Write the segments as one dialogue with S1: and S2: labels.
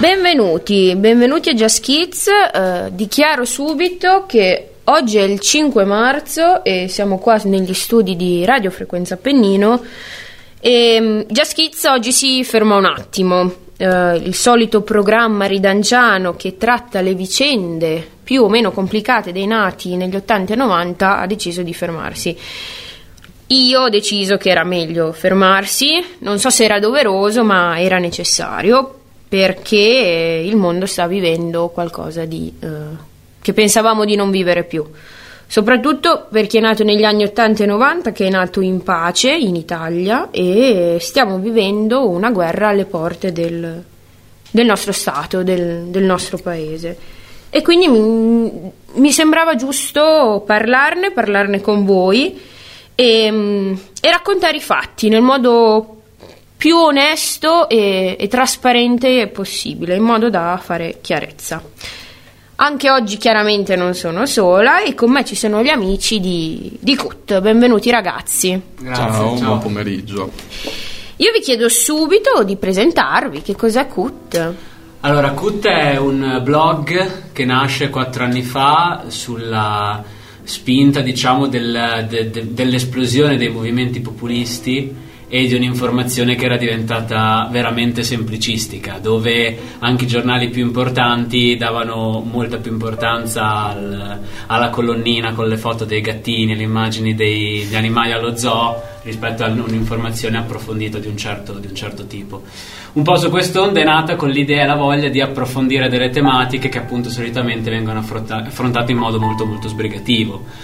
S1: Benvenuti a Just Kids. Dichiaro subito che oggi è il 5 marzo e siamo qua negli studi di Radio Frequenza Appennino e Just Kids oggi si ferma un attimo. Il solito programma ridanciano che tratta le vicende più o meno complicate dei nati negli 80 e 90 ha deciso di fermarsi. Io ho deciso che era meglio fermarsi, non so se era doveroso, ma era necessario, perché il mondo sta vivendo qualcosa di che pensavamo di non vivere più, soprattutto per chi è nato negli anni 80 e 90, che è nato in pace in Italia, e stiamo vivendo una guerra alle porte del nostro Stato, del nostro Paese, e quindi mi sembrava giusto parlarne con voi e raccontare i fatti nel modo più onesto e trasparente possibile, in modo da fare chiarezza. Anche oggi chiaramente non sono sola e con me ci sono gli amici di CUT. Benvenuti ragazzi.
S2: Grazie, ciao. Buon pomeriggio.
S1: Io vi chiedo subito di presentarvi. Che cos'è CUT?
S3: Allora, CUT è un blog che nasce 4 anni fa sulla spinta, diciamo, dell'esplosione dei movimenti populisti e di un'informazione che era diventata veramente semplicistica, dove anche i giornali più importanti davano molta più importanza alla colonnina con le foto dei gattini, le immagini degli animali allo zoo, rispetto a un'informazione approfondita di un certo tipo. Un po' su quest'onda è nata con l'idea e la voglia di approfondire delle tematiche che appunto solitamente vengono affrontate in modo molto molto sbrigativo.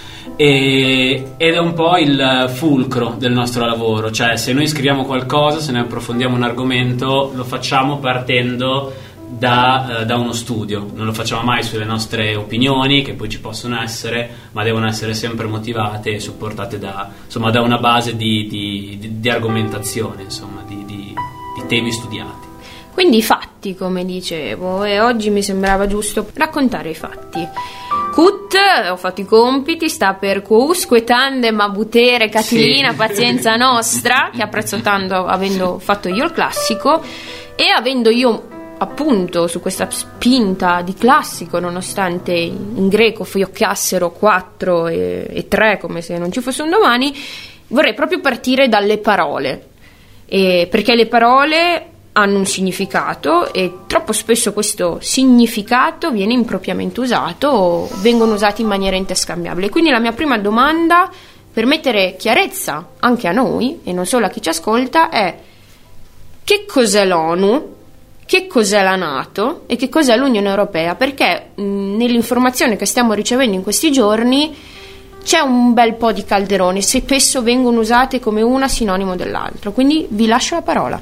S3: Ed è un po' il fulcro del nostro lavoro, cioè se noi scriviamo qualcosa, se noi approfondiamo un argomento, lo facciamo partendo da uno studio, non lo facciamo mai sulle nostre opinioni, che poi ci possono essere, ma devono essere sempre motivate e supportate da una base di argomentazione, insomma, di temi studiati.
S1: Quindi i fatti, come dicevo, e oggi mi sembrava giusto raccontare i fatti. CUT, ho fatto i compiti, sta per Quousque Tandem Abutere Catilina, sì. Pazienza nostra, che apprezzo tanto avendo fatto io il classico e avendo io appunto su questa spinta di classico, nonostante in greco fioccassero 4 e 3 come se non ci fosse un domani, vorrei proprio partire dalle parole, perché le parole hanno un significato e troppo spesso questo significato viene impropriamente usato o vengono usati in maniera interscambiabile. Quindi la mia prima domanda, per mettere chiarezza anche a noi e non solo a chi ci ascolta, è: che cos'è l'ONU, che cos'è la NATO e che cos'è l'Unione Europea? Perché nell'informazione che stiamo ricevendo in questi giorni c'è un bel po' di calderoni, spesso vengono usate come una sinonimo dell'altro, quindi vi lascio la parola.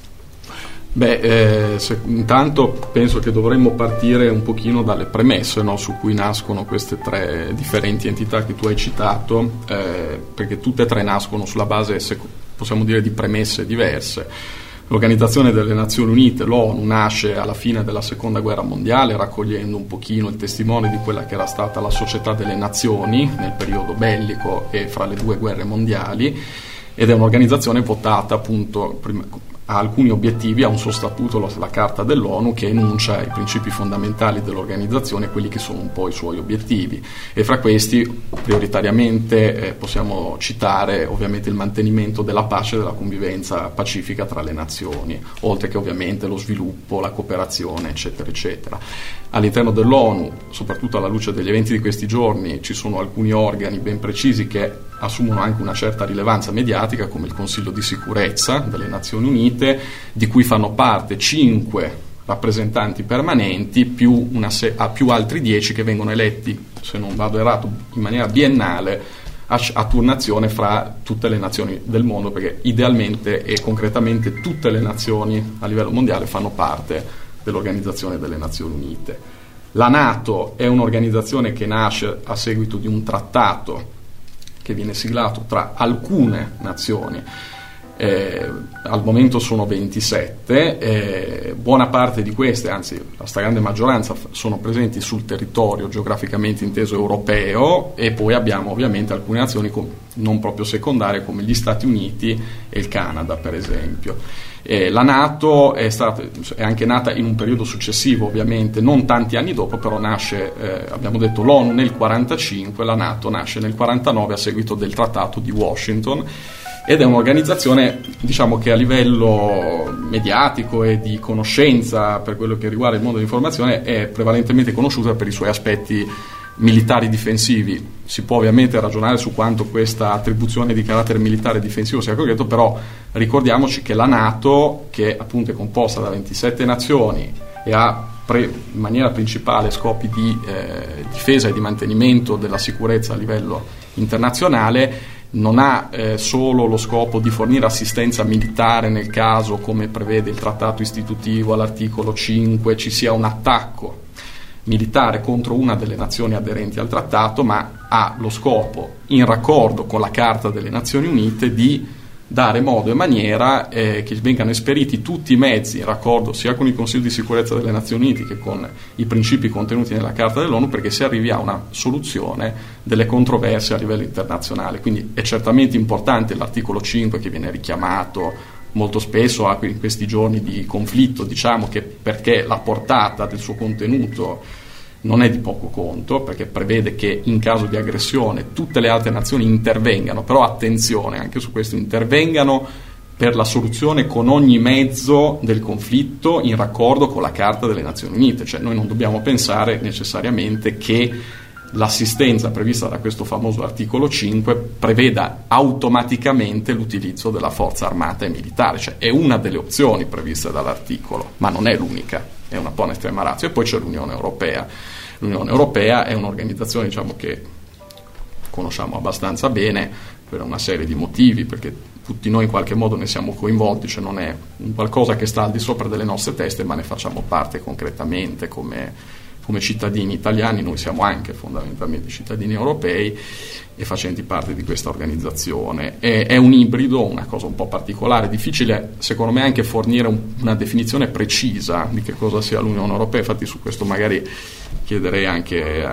S2: Intanto penso che dovremmo partire un pochino dalle premesse, no, su cui nascono queste 3 differenti entità che tu hai citato, perché tutte e 3 nascono sulla base, possiamo dire, di premesse diverse. L'Organizzazione delle Nazioni Unite, l'ONU, nasce alla fine della Seconda Guerra Mondiale, raccogliendo un pochino il testimone di quella che era stata la società delle nazioni nel periodo bellico e fra le 2 guerre mondiali, ed è un'organizzazione votata appunto ha alcuni obiettivi, ha un suo statuto, la Carta dell'ONU, che enuncia i principi fondamentali dell'organizzazione, quelli che sono un po' i suoi obiettivi, e fra questi prioritariamente possiamo citare ovviamente il mantenimento della pace e della convivenza pacifica tra le nazioni, oltre che ovviamente lo sviluppo, la cooperazione, eccetera eccetera. All'interno dell'ONU, soprattutto alla luce degli eventi di questi giorni, ci sono alcuni organi ben precisi che assumono anche una certa rilevanza mediatica, come il Consiglio di Sicurezza delle Nazioni Unite, di cui fanno parte 5 rappresentanti permanenti più altri 10 che vengono eletti, se non vado errato, in maniera biennale a turnazione fra tutte le nazioni del mondo, perché idealmente e concretamente tutte le nazioni a livello mondiale fanno parte dell'Organizzazione delle Nazioni Unite. La NATO è un'organizzazione che nasce a seguito di un trattato che viene siglato tra alcune nazioni, al momento sono 27, buona parte di queste, anzi la stragrande maggioranza, sono presenti sul territorio geograficamente inteso europeo, e poi abbiamo ovviamente alcune nazioni non proprio secondarie come gli Stati Uniti e il Canada, per esempio. La NATO è anche nata in un periodo successivo, ovviamente, non tanti anni dopo, però nasce, abbiamo detto, l'ONU nel 1945, la NATO nasce nel 1949 a seguito del Trattato di Washington, ed è un'organizzazione, diciamo, che a livello mediatico e di conoscenza per quello che riguarda il mondo dell'informazione è prevalentemente conosciuta per i suoi aspetti militari difensivi. Si può ovviamente ragionare su quanto questa attribuzione di carattere militare difensivo sia corretto, però ricordiamoci che la NATO, che appunto è composta da 27 nazioni e ha in maniera principale scopi di difesa e di mantenimento della sicurezza a livello internazionale, non ha solo lo scopo di fornire assistenza militare nel caso, come prevede il trattato istitutivo all'articolo 5, ci sia un attacco militare contro una delle nazioni aderenti al trattato, ma ha lo scopo, in raccordo con la Carta delle Nazioni Unite, di dare modo e maniera che vengano esperiti tutti i mezzi, in raccordo sia con il Consiglio di sicurezza delle Nazioni Unite che con i principi contenuti nella Carta dell'ONU, perché si arrivi a una soluzione delle controversie a livello internazionale. Quindi è certamente importante l'articolo 5, che viene richiamato molto spesso in questi giorni di conflitto, diciamo, che perché la portata del suo contenuto non è di poco conto, perché prevede che in caso di aggressione tutte le altre nazioni intervengano, però attenzione, anche su questo, intervengano per la soluzione con ogni mezzo del conflitto in raccordo con la Carta delle Nazioni Unite. Cioè noi non dobbiamo pensare necessariamente che l'assistenza prevista da questo famoso articolo 5 preveda automaticamente l'utilizzo della forza armata e militare, cioè è una delle opzioni previste dall'articolo, ma non è l'unica, è una buona estrema ratio. E poi c'è l'Unione Europea. L'Unione Europea è un'organizzazione, diciamo, che conosciamo abbastanza bene per una serie di motivi, perché tutti noi in qualche modo ne siamo coinvolti, cioè non è un qualcosa che sta al di sopra delle nostre teste, ma ne facciamo parte concretamente come cittadini italiani. Noi siamo anche fondamentalmente cittadini europei e facenti parte di questa organizzazione. È un ibrido, una cosa un po' particolare, difficile secondo me anche fornire una definizione precisa di che cosa sia l'Unione Europea. Infatti su questo magari chiederei anche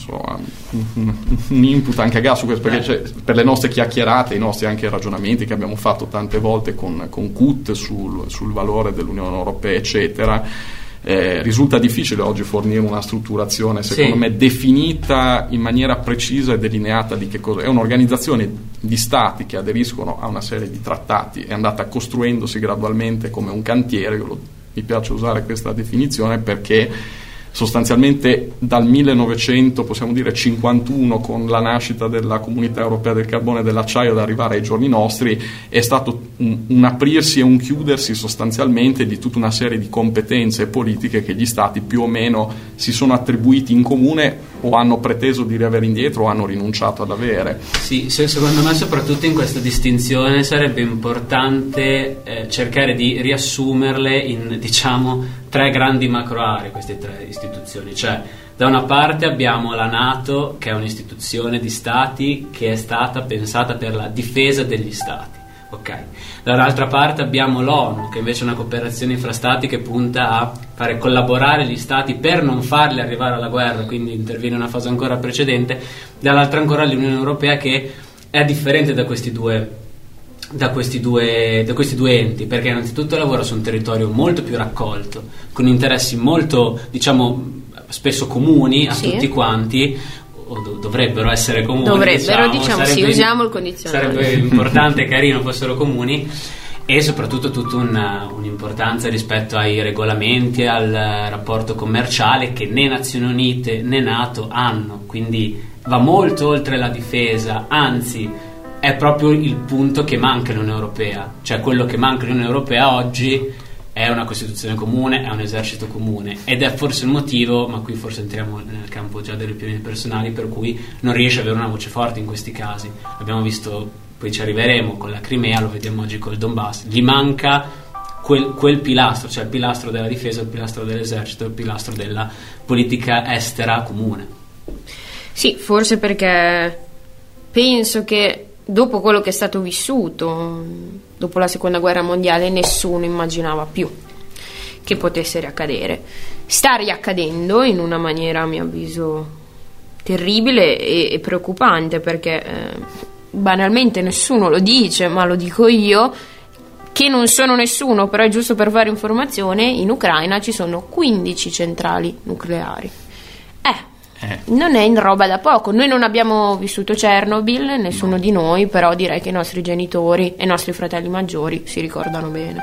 S2: un input anche a gas su questo, perché per le nostre chiacchierate, i nostri anche ragionamenti che abbiamo fatto tante volte con CUT sul valore dell'Unione Europea eccetera, risulta difficile oggi fornire una strutturazione, secondo me, definita in maniera precisa e delineata di che cosa è. Un'organizzazione di stati che aderiscono a una serie di trattati, è andata costruendosi gradualmente come un cantiere. Mi piace usare questa definizione perché sostanzialmente dal 1900, possiamo dire 51, con la nascita della Comunità Europea del Carbone e dell'Acciaio, ad arrivare ai giorni nostri, è stato un aprirsi e un chiudersi sostanzialmente di tutta una serie di competenze politiche che gli Stati più o meno si sono attribuiti in comune, o hanno preteso di riavere indietro, o hanno rinunciato ad avere.
S3: Sì, secondo me soprattutto in questa distinzione sarebbe importante cercare di riassumerle in, diciamo, tre grandi macro aree, queste tre istituzioni. Cioè, da una parte abbiamo la NATO, che è un'istituzione di stati che è stata pensata per la difesa degli stati, ok? Dall'altra parte abbiamo l'ONU, che invece è una cooperazione fra stati che punta a fare collaborare gli stati per non farli arrivare alla guerra, quindi interviene in una fase ancora precedente. Dall'altra ancora l'Unione Europea, che è differente da questi due enti, perché innanzitutto lavora su un territorio molto più raccolto, con interessi molto, diciamo, spesso comuni a tutti quanti, o dovrebbero essere comuni,
S1: diciamo sì, usiamo il condizionale.
S3: Sarebbe importante e carino fossero comuni, e soprattutto tutta un'importanza rispetto ai regolamenti, al rapporto commerciale che né Nazioni Unite né NATO hanno, quindi va molto oltre la difesa, anzi è proprio il punto che manca all'Unione Europea. Cioè, quello che manca all'Unione Europea oggi è una Costituzione comune, è un esercito comune, ed è forse il motivo, ma qui forse entriamo nel campo già delle opinioni personali, per cui non riesce ad avere una voce forte in questi casi. Abbiamo visto, poi ci arriveremo con la Crimea, lo vediamo oggi col Donbass, gli manca quel pilastro, cioè il pilastro della difesa, il pilastro dell'esercito, il pilastro della politica estera comune.
S1: Sì, forse perché penso che dopo quello che è stato vissuto dopo la seconda guerra mondiale, nessuno immaginava più che potesse riaccadere. Sta riaccadendo in una maniera, a mio avviso, terribile e preoccupante, perché banalmente nessuno lo dice, ma lo dico io, che non sono nessuno, però è giusto per fare informazione, in Ucraina ci sono 15 centrali nucleari. Non è in roba da poco. Noi non abbiamo vissuto Chernobyl, nessuno di noi, però direi che i nostri genitori e i nostri fratelli maggiori si ricordano bene.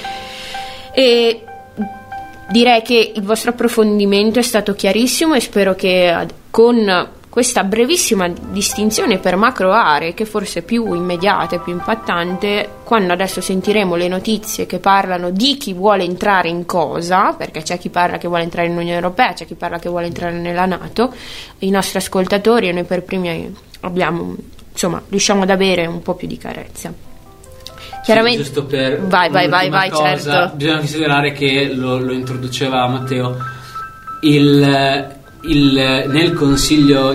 S1: E direi che il vostro approfondimento è stato chiarissimo e spero che con questa brevissima distinzione per macro aree, che forse è più immediata e più impattante, quando adesso sentiremo le notizie che parlano di chi vuole entrare in cosa, perché c'è chi parla che vuole entrare in Unione Europea, c'è chi parla che vuole entrare nella NATO, i nostri ascoltatori e noi per primi riusciamo ad avere un po' più di carezza. Chiaramente,
S3: sì, giusto per
S1: vai,
S3: cosa,
S1: certo.
S3: Bisogna considerare che lo introduceva Matteo, nel Consiglio,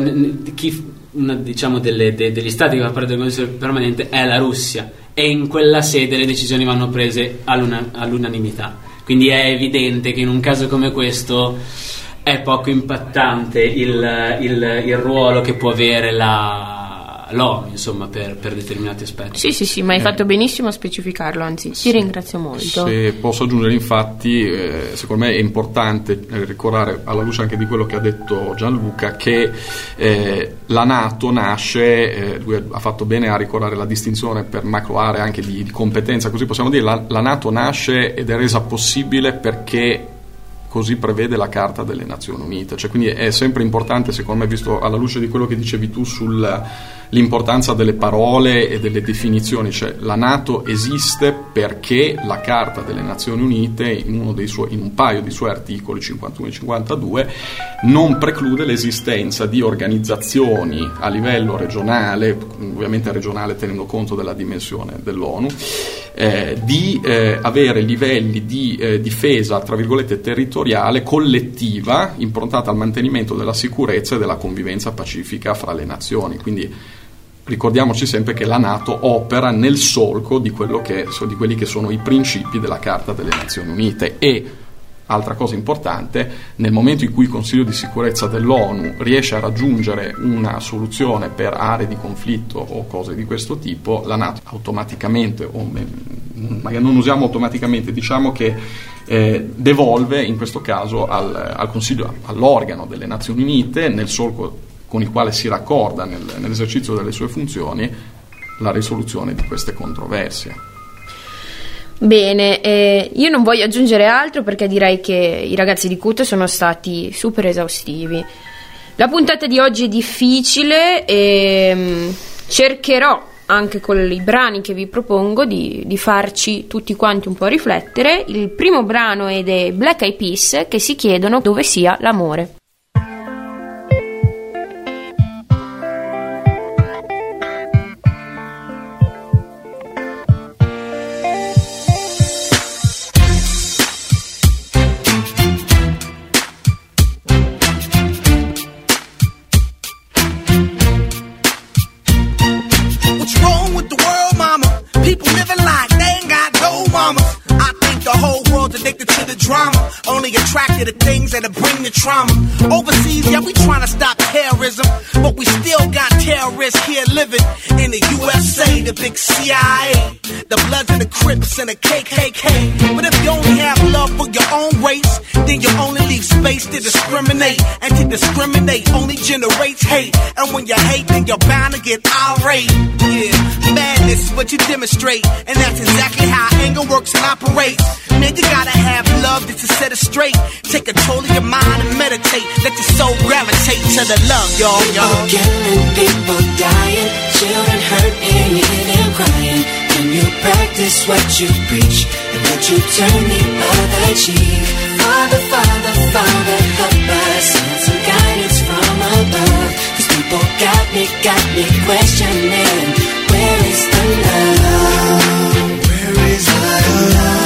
S3: degli stati che fa parte del Consiglio permanente è la Russia, e in quella sede le decisioni vanno prese all'unanimità, quindi è evidente che in un caso come questo è poco impattante il ruolo che può avere l'ONU, insomma, per determinati aspetti.
S1: Sì, ma hai fatto benissimo a specificarlo, anzi ti ringrazio molto.
S2: Se posso aggiungere, infatti, secondo me è importante ricordare, alla luce anche di quello che ha detto Gianluca, che la NATO nasce, lui ha fatto bene a ricordare la distinzione per macro aree anche di competenza, così possiamo dire, la NATO nasce ed è resa possibile perché così prevede la Carta delle Nazioni Unite, cioè, quindi è sempre importante, secondo me, visto alla luce di quello che dicevi tu sull'importanza delle parole e delle definizioni, cioè la NATO esiste perché la Carta delle Nazioni Unite in un paio di suoi articoli 51 e 52 non preclude l'esistenza di organizzazioni a livello regionale, ovviamente regionale tenendo conto della dimensione dell'ONU, di avere livelli di difesa, tra virgolette, territoriale collettiva improntata al mantenimento della sicurezza e della convivenza pacifica fra le nazioni. Quindi ricordiamoci sempre che la NATO opera nel solco di quelli che sono i principi della Carta delle Nazioni Unite. E altra cosa importante, nel momento in cui il Consiglio di sicurezza dell'ONU riesce a raggiungere una soluzione per aree di conflitto o cose di questo tipo, la NATO automaticamente, o magari non usiamo automaticamente, diciamo che devolve in questo caso al Consiglio, all'organo delle Nazioni Unite, nel solco con il quale si raccorda nell'esercizio delle sue funzioni, la risoluzione di queste controversie.
S1: Bene, io non voglio aggiungere altro perché direi che i ragazzi di CUT sono stati super esaustivi. La puntata di oggi è difficile e cercherò anche con i brani che vi propongo di farci tutti quanti un po' riflettere. Il primo brano è dei Black Eyed Peas, che si chiedono dove sia l'amore.
S4: Attracted to things that'll bring the trauma. Overseas, yeah, we trying to stop terrorism, but we still got terrorists here living in the USA, the big CIA, the Bloods and the Crips and the KKK. But if you only have love for your own race, then you only leave space to discriminate, and to discriminate only generates hate. And when you hate, then you're bound to get irate. Yeah, madness is what you demonstrate, and that's exactly how anger works and operates. Man, you gotta have love just to set it straight. Take control of your mind and meditate. Let your soul gravitate to the love, y'all.
S5: People killing, people dying, children hurt and you hear them crying. When you practice what you preach, and would you turn the other cheek? Father, Father, Father, help us, send some guidance from above. 'Cause people got me questioning, where is the love? Where is the love?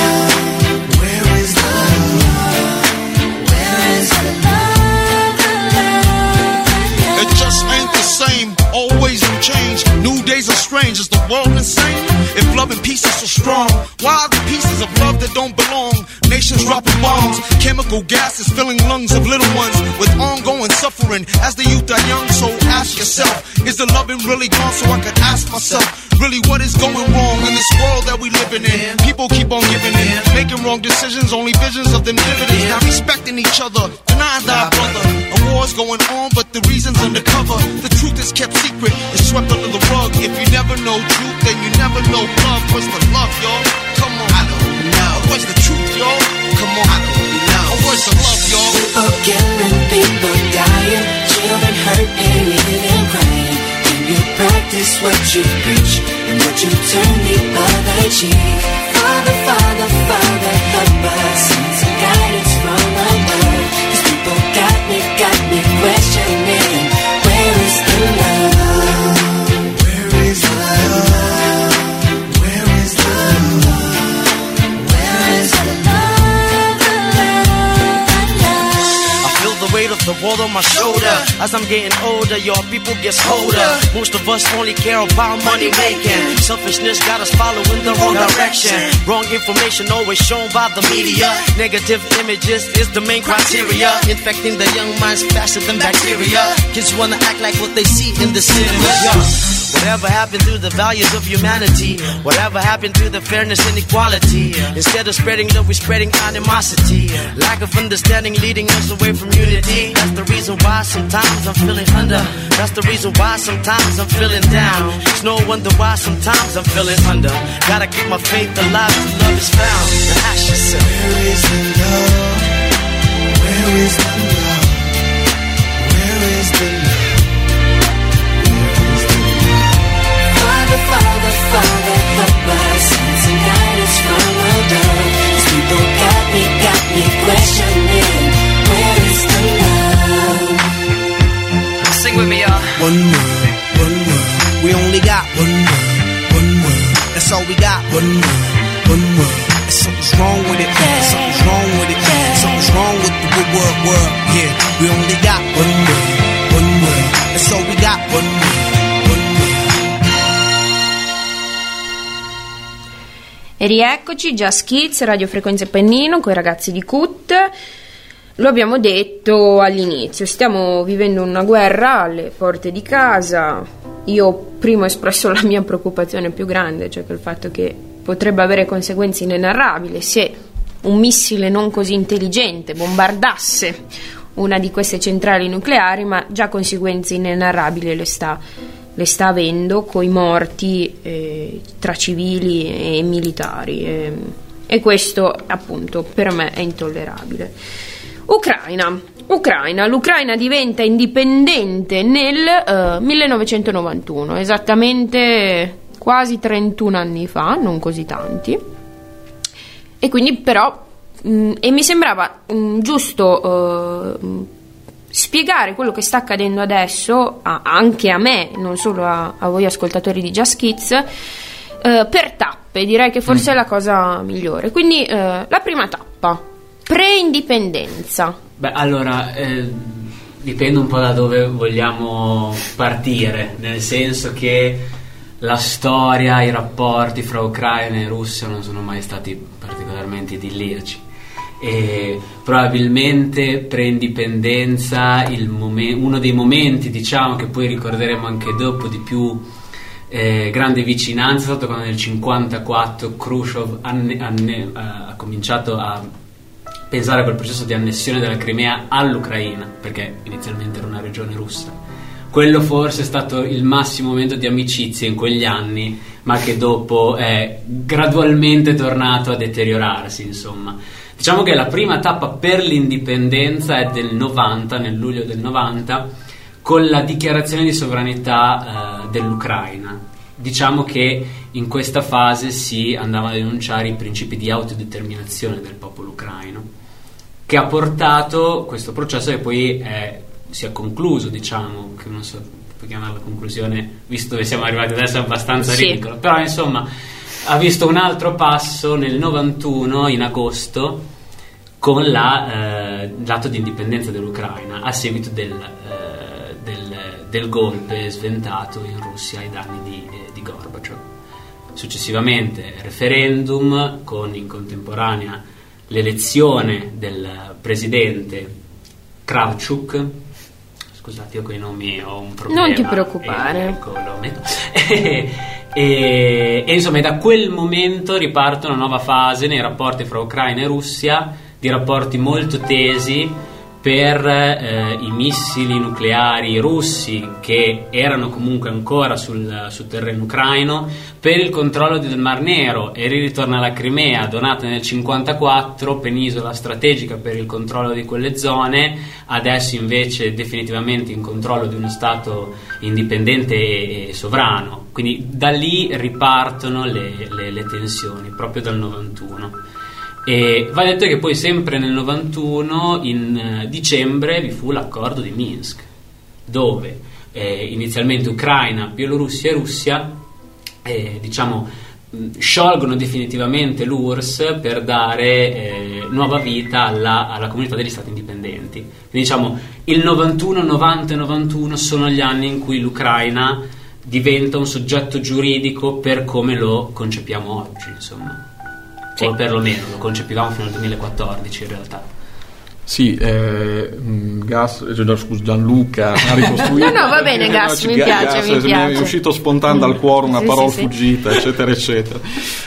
S6: Always new change, new days are strange. Is the world insane? If love and peace is so strong, why are the pieces of love that don't belong? Nations dropping bombs, chemical gases filling lungs of little ones with ongoing suffering. As the youth are young, so ask yourself, is the loving really gone? So I could ask myself, really what is going wrong in this world that we living in? People keep on giving in, making wrong decisions, only visions of them dividends. Not respecting each other, denying thy brother. A war's going on, but the reason's undercover. The truth is kept secret, it's swept under the rug. If you never know truth, then you never know love. What's the love, y'all? Come on, I don't know. What's the truth, y'all? Come on, I don't know. What's the love, y'all?
S5: People killing, people dying, children hurt and even crying. When you practice what you preach and what you turn the other cheek. Father, Father, Father, help us. Send some guidance from above. These people got me questioning. Where is the love? Where is the love? Where is the love? Where is the love?
S7: I feel the weight of the world on my shoulder. As I'm getting older, your people get colder. Most of us only care about money making. Selfishness got us following the wrong direction. Wrong information always shown by the media. Negative images is the main criteria. Infecting the young minds faster than bacteria. Kids wanna act like what they see in the cinema. Whatever happened to the values of humanity? Whatever happened to the fairness and equality? Instead of spreading love, we're spreading animosity. Lack of understanding leading us away from unity. That's the reason why sometimes I'm feeling under. That's the reason why sometimes I'm feeling down. It's no wonder why sometimes I'm feeling under. Gotta keep my faith alive till love is found. Now ask yourself,
S5: where is the love? Where is the love? Where is the love? Father, Father, help us. Send some guidance from above. These people got me questioning. Where is the love?
S7: sing with me, y'all.
S4: One word, one word. We only got one word, one word. That's all we got. One word, one word. And something's wrong with it. Something's wrong with it. Something's wrong with the world. Yeah, we only got one word, one word. That's all we got. One word.
S1: E rieccoci, Just Kids, Radio Frequenza Pennino, con i ragazzi di CUT. Lo abbiamo detto all'inizio, stiamo vivendo una guerra alle porte di casa. Io prima ho espresso la mia preoccupazione più grande, cioè che il fatto che potrebbe avere conseguenze inenarrabili se un missile non così intelligente bombardasse una di queste centrali nucleari, ma già conseguenze inenarrabili le sta avendo, coi morti tra civili e militari, e questo appunto per me è intollerabile. Ucraina. L'Ucraina diventa indipendente nel 1991, esattamente quasi 31 anni fa, non così tanti, e quindi però e mi sembrava giusto spiegare quello che sta accadendo adesso anche a me, non solo a voi ascoltatori di Just Kids, per tappe. Direi che forse è la cosa migliore. Quindi la prima tappa, pre-indipendenza.
S3: Beh, allora dipende un po' da dove vogliamo partire, nel senso che la storia, i rapporti fra Ucraina e Russia non sono mai stati particolarmente idilliaci. E probabilmente pre-indipendenza uno dei momenti, diciamo, che poi ricorderemo anche dopo, di più grande vicinanza è stato quando nel 1954 Khrushchev ha cominciato a pensare a quel processo di annessione della Crimea all'Ucraina, perché inizialmente era una regione russa. Quello forse è stato il massimo momento di amicizia in quegli anni, ma che dopo è gradualmente tornato a deteriorarsi, insomma. Diciamo che la prima tappa per l'indipendenza è del 90, nel luglio del 90, con la dichiarazione di sovranità dell'Ucraina. Diciamo che in questa fase si andavano a denunciare i principi di autodeterminazione del popolo ucraino, che ha portato questo processo che poi si è concluso, diciamo, che non so puoi chiamare la conclusione, visto dove siamo arrivati adesso è abbastanza ridicolo, però insomma ha visto un altro passo nel 91 in agosto con l'atto di indipendenza dell'Ucraina a seguito del golpe sventato in Russia ai danni di Gorbaciov. Successivamente referendum con in contemporanea l'elezione del presidente Kravchuk, scusate, io con i nomi ho un problema.
S1: Non ti preoccupare.
S3: Ecco, lo metto. E insomma, da quel momento riparte una nuova fase nei rapporti fra Ucraina e Russia, di rapporti molto tesi per i missili nucleari russi che erano comunque ancora sul terreno ucraino, per il controllo del Mar Nero, e ritorna alla Crimea donata nel 1954, penisola strategica per il controllo di quelle zone, adesso invece definitivamente in controllo di uno Stato indipendente e sovrano. Quindi da lì ripartono le tensioni, proprio dal 91. E va detto che poi sempre nel 91, in dicembre, vi fu l'accordo di Minsk, dove inizialmente Ucraina, Bielorussia e Russia sciolgono definitivamente l'URSS per dare nuova vita alla comunità degli stati indipendenti. Quindi il 91, 90 e 91 sono gli anni in cui l'Ucraina diventa un soggetto giuridico per come lo concepiamo oggi, insomma. Sì. O perlomeno lo concepivamo fino al 2014 in realtà.
S2: Sì, Gianluca ha ricostruito.
S1: No, va bene, Gas, mi piace.
S2: Mi è uscito spontaneo dal cuore una parola fuggita, eccetera, eccetera.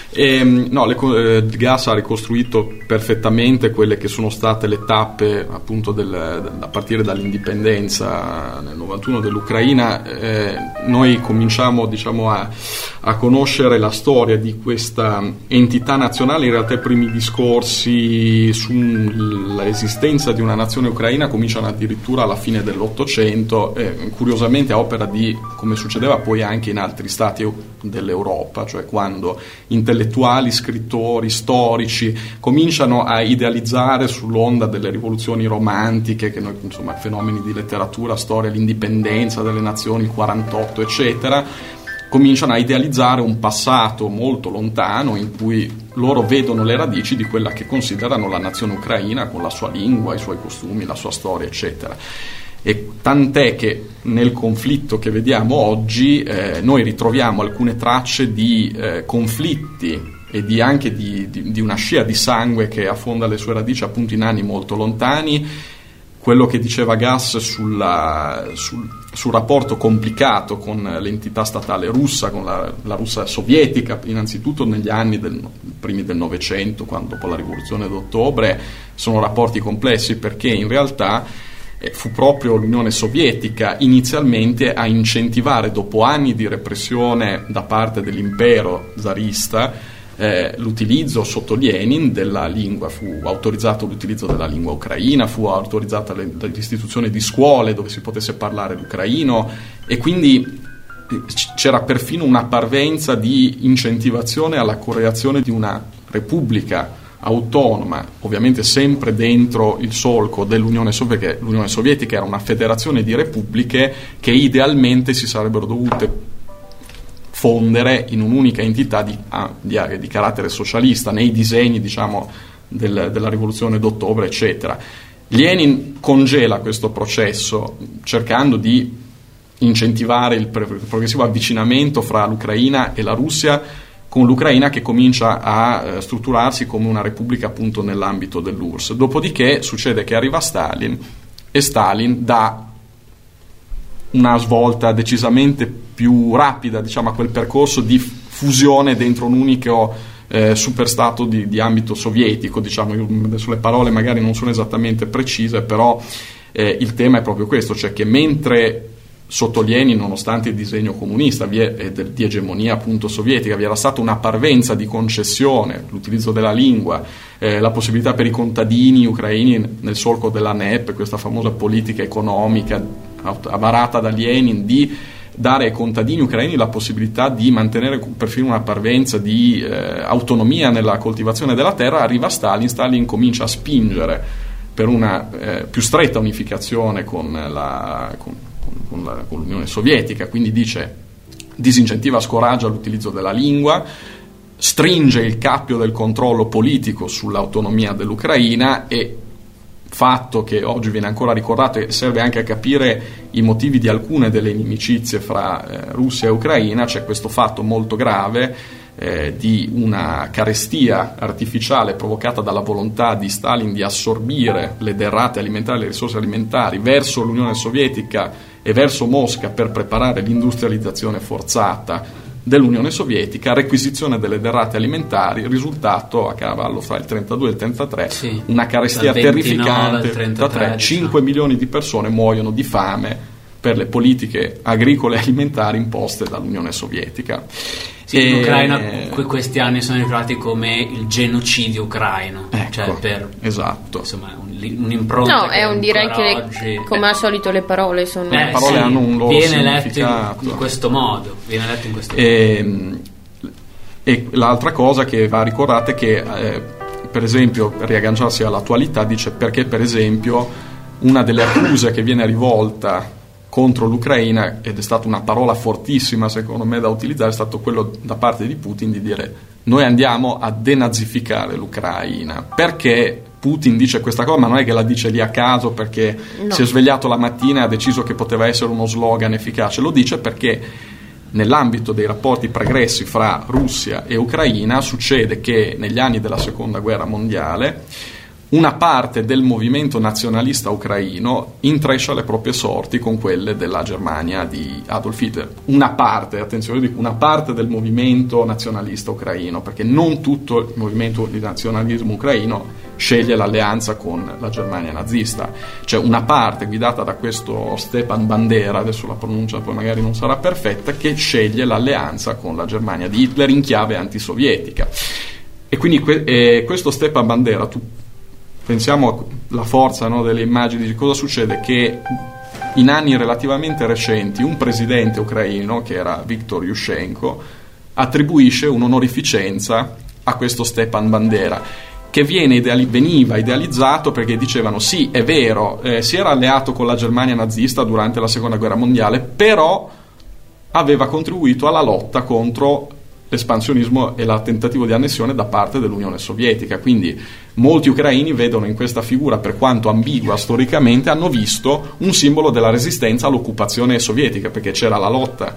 S2: Gas ha ricostruito perfettamente quelle che sono state le tappe, appunto, a partire dall'indipendenza nel 91 dell'Ucraina. Noi cominciamo, a conoscere la storia di questa entità nazionale. In realtà i primi discorsi sull'esistenza di una nazione ucraina cominciano addirittura alla fine dell'Ottocento, curiosamente a opera di, come succedeva poi anche in altri stati dell'Europa, cioè quando intellettuali, scrittori, storici cominciano a idealizzare sull'onda delle rivoluzioni romantiche, che noi, insomma, fenomeni di letteratura, storia, l'indipendenza delle nazioni, il 48, eccetera, cominciano a idealizzare un passato molto lontano in cui loro vedono le radici di quella che considerano la nazione ucraina, con la sua lingua, i suoi costumi, la sua storia, eccetera. E tant'è che nel conflitto che vediamo oggi noi ritroviamo alcune tracce di conflitti e anche di una scia di sangue che affonda le sue radici appunto in anni molto lontani. Quello che diceva Gas sul rapporto complicato con l'entità statale russa, con la Russia sovietica, innanzitutto negli anni primi del Novecento, quando dopo la rivoluzione d'ottobre, sono rapporti complessi, perché in realtà fu proprio l'Unione Sovietica inizialmente a incentivare, dopo anni di repressione da parte dell'impero zarista, l'utilizzo sotto Lenin della lingua. Fu autorizzato l'utilizzo della lingua ucraina, fu autorizzata l'istituzione di scuole dove si potesse parlare l'ucraino, e quindi c'era perfino una parvenza di incentivazione alla creazione di una repubblica autonoma, ovviamente sempre dentro il solco dell'Unione Sovietica. L'Unione Sovietica era una federazione di repubbliche che idealmente si sarebbero dovute fondere in un'unica entità di carattere socialista, nei disegni, della rivoluzione d'ottobre, eccetera. Lenin congela questo processo cercando di incentivare il progressivo avvicinamento fra l'Ucraina e la Russia, con l'Ucraina che comincia a strutturarsi come una repubblica appunto nell'ambito dell'URSS. Dopodiché succede che arriva Stalin, e Stalin dà una svolta decisamente più rapida, a quel percorso di fusione dentro un unico superstato di ambito sovietico. Adesso le parole magari non sono esattamente precise, però il tema è proprio questo, cioè che mentre sotto Lenin, nonostante il disegno comunista e di egemonia appunto sovietica, vi era stata una parvenza di concessione, l'utilizzo della lingua, la possibilità per i contadini ucraini nel solco della NEP, questa famosa politica economica varata da Lenin, di dare ai contadini ucraini la possibilità di mantenere perfino una parvenza di autonomia nella coltivazione della terra. Arriva Stalin comincia a spingere per una più stretta unificazione con l'Unione Sovietica, quindi disincentiva, scoraggia l'utilizzo della lingua, stringe il cappio del controllo politico sull'autonomia dell'Ucraina, e fatto che oggi viene ancora ricordato e serve anche a capire i motivi di alcune delle inimicizie fra Russia e Ucraina. C'è questo fatto molto grave di una carestia artificiale provocata dalla volontà di Stalin di assorbire le derrate alimentari, le risorse alimentari verso l'Unione Sovietica e verso Mosca per preparare l'industrializzazione forzata dell'Unione Sovietica, requisizione delle derrate alimentari, risultato a cavallo fra il 32 e il 33,
S3: sì,
S2: una carestia terrificante.
S3: 33,
S2: 5 milioni di persone muoiono di fame per le politiche agricole e alimentari imposte dall'Unione Sovietica.
S3: Sì, in Ucraina questi anni sono ricorrati come il genocidio ucraino,
S2: ecco,
S3: cioè per,
S2: esatto,
S3: insomma, un'impronta.
S1: No, è un direi che
S3: oggi,
S1: come al solito le parole sono
S2: le parole hanno un loro
S3: viene letto
S2: significato
S3: in questo modo, viene letto in questo
S2: modo. E l'altra cosa che va ricordata è che per esempio, per riagganciarsi all'attualità, dice perché per esempio una delle accuse che viene rivolta contro l'Ucraina, ed è stata una parola fortissima secondo me da utilizzare, è stato quello da parte di Putin di dire noi andiamo a denazificare l'Ucraina. Perché Putin dice questa cosa? Ma non è che la dice lì a caso perché si è svegliato la mattina e ha deciso che poteva essere uno slogan efficace, lo dice perché nell'ambito dei rapporti pregressi fra Russia e Ucraina succede che negli anni della Seconda Guerra Mondiale una parte del movimento nazionalista ucraino intreccia le proprie sorti con quelle della Germania di Adolf Hitler. Una parte, attenzione, dico una parte del movimento nazionalista ucraino, perché non tutto il movimento di nazionalismo ucraino sceglie l'alleanza con la Germania nazista. C'è una parte guidata da questo Stepan Bandera, adesso la pronuncia poi magari non sarà perfetta, che sceglie l'alleanza con la Germania di Hitler in chiave antisovietica. E quindi questo Stepan Bandera, pensiamo alla forza, no, delle immagini, di cosa succede, che in anni relativamente recenti un presidente ucraino, che era Viktor Yushchenko, attribuisce un'onorificenza a questo Stepan Bandera, che veniva idealizzato perché dicevano sì, è vero, si era alleato con la Germania nazista durante la Seconda Guerra Mondiale, però aveva contribuito alla lotta contro l'espansionismo e il tentativo di annessione da parte dell'Unione Sovietica. Quindi molti ucraini vedono in questa figura, per quanto ambigua storicamente, hanno visto un simbolo della resistenza all'occupazione sovietica, perché c'era la lotta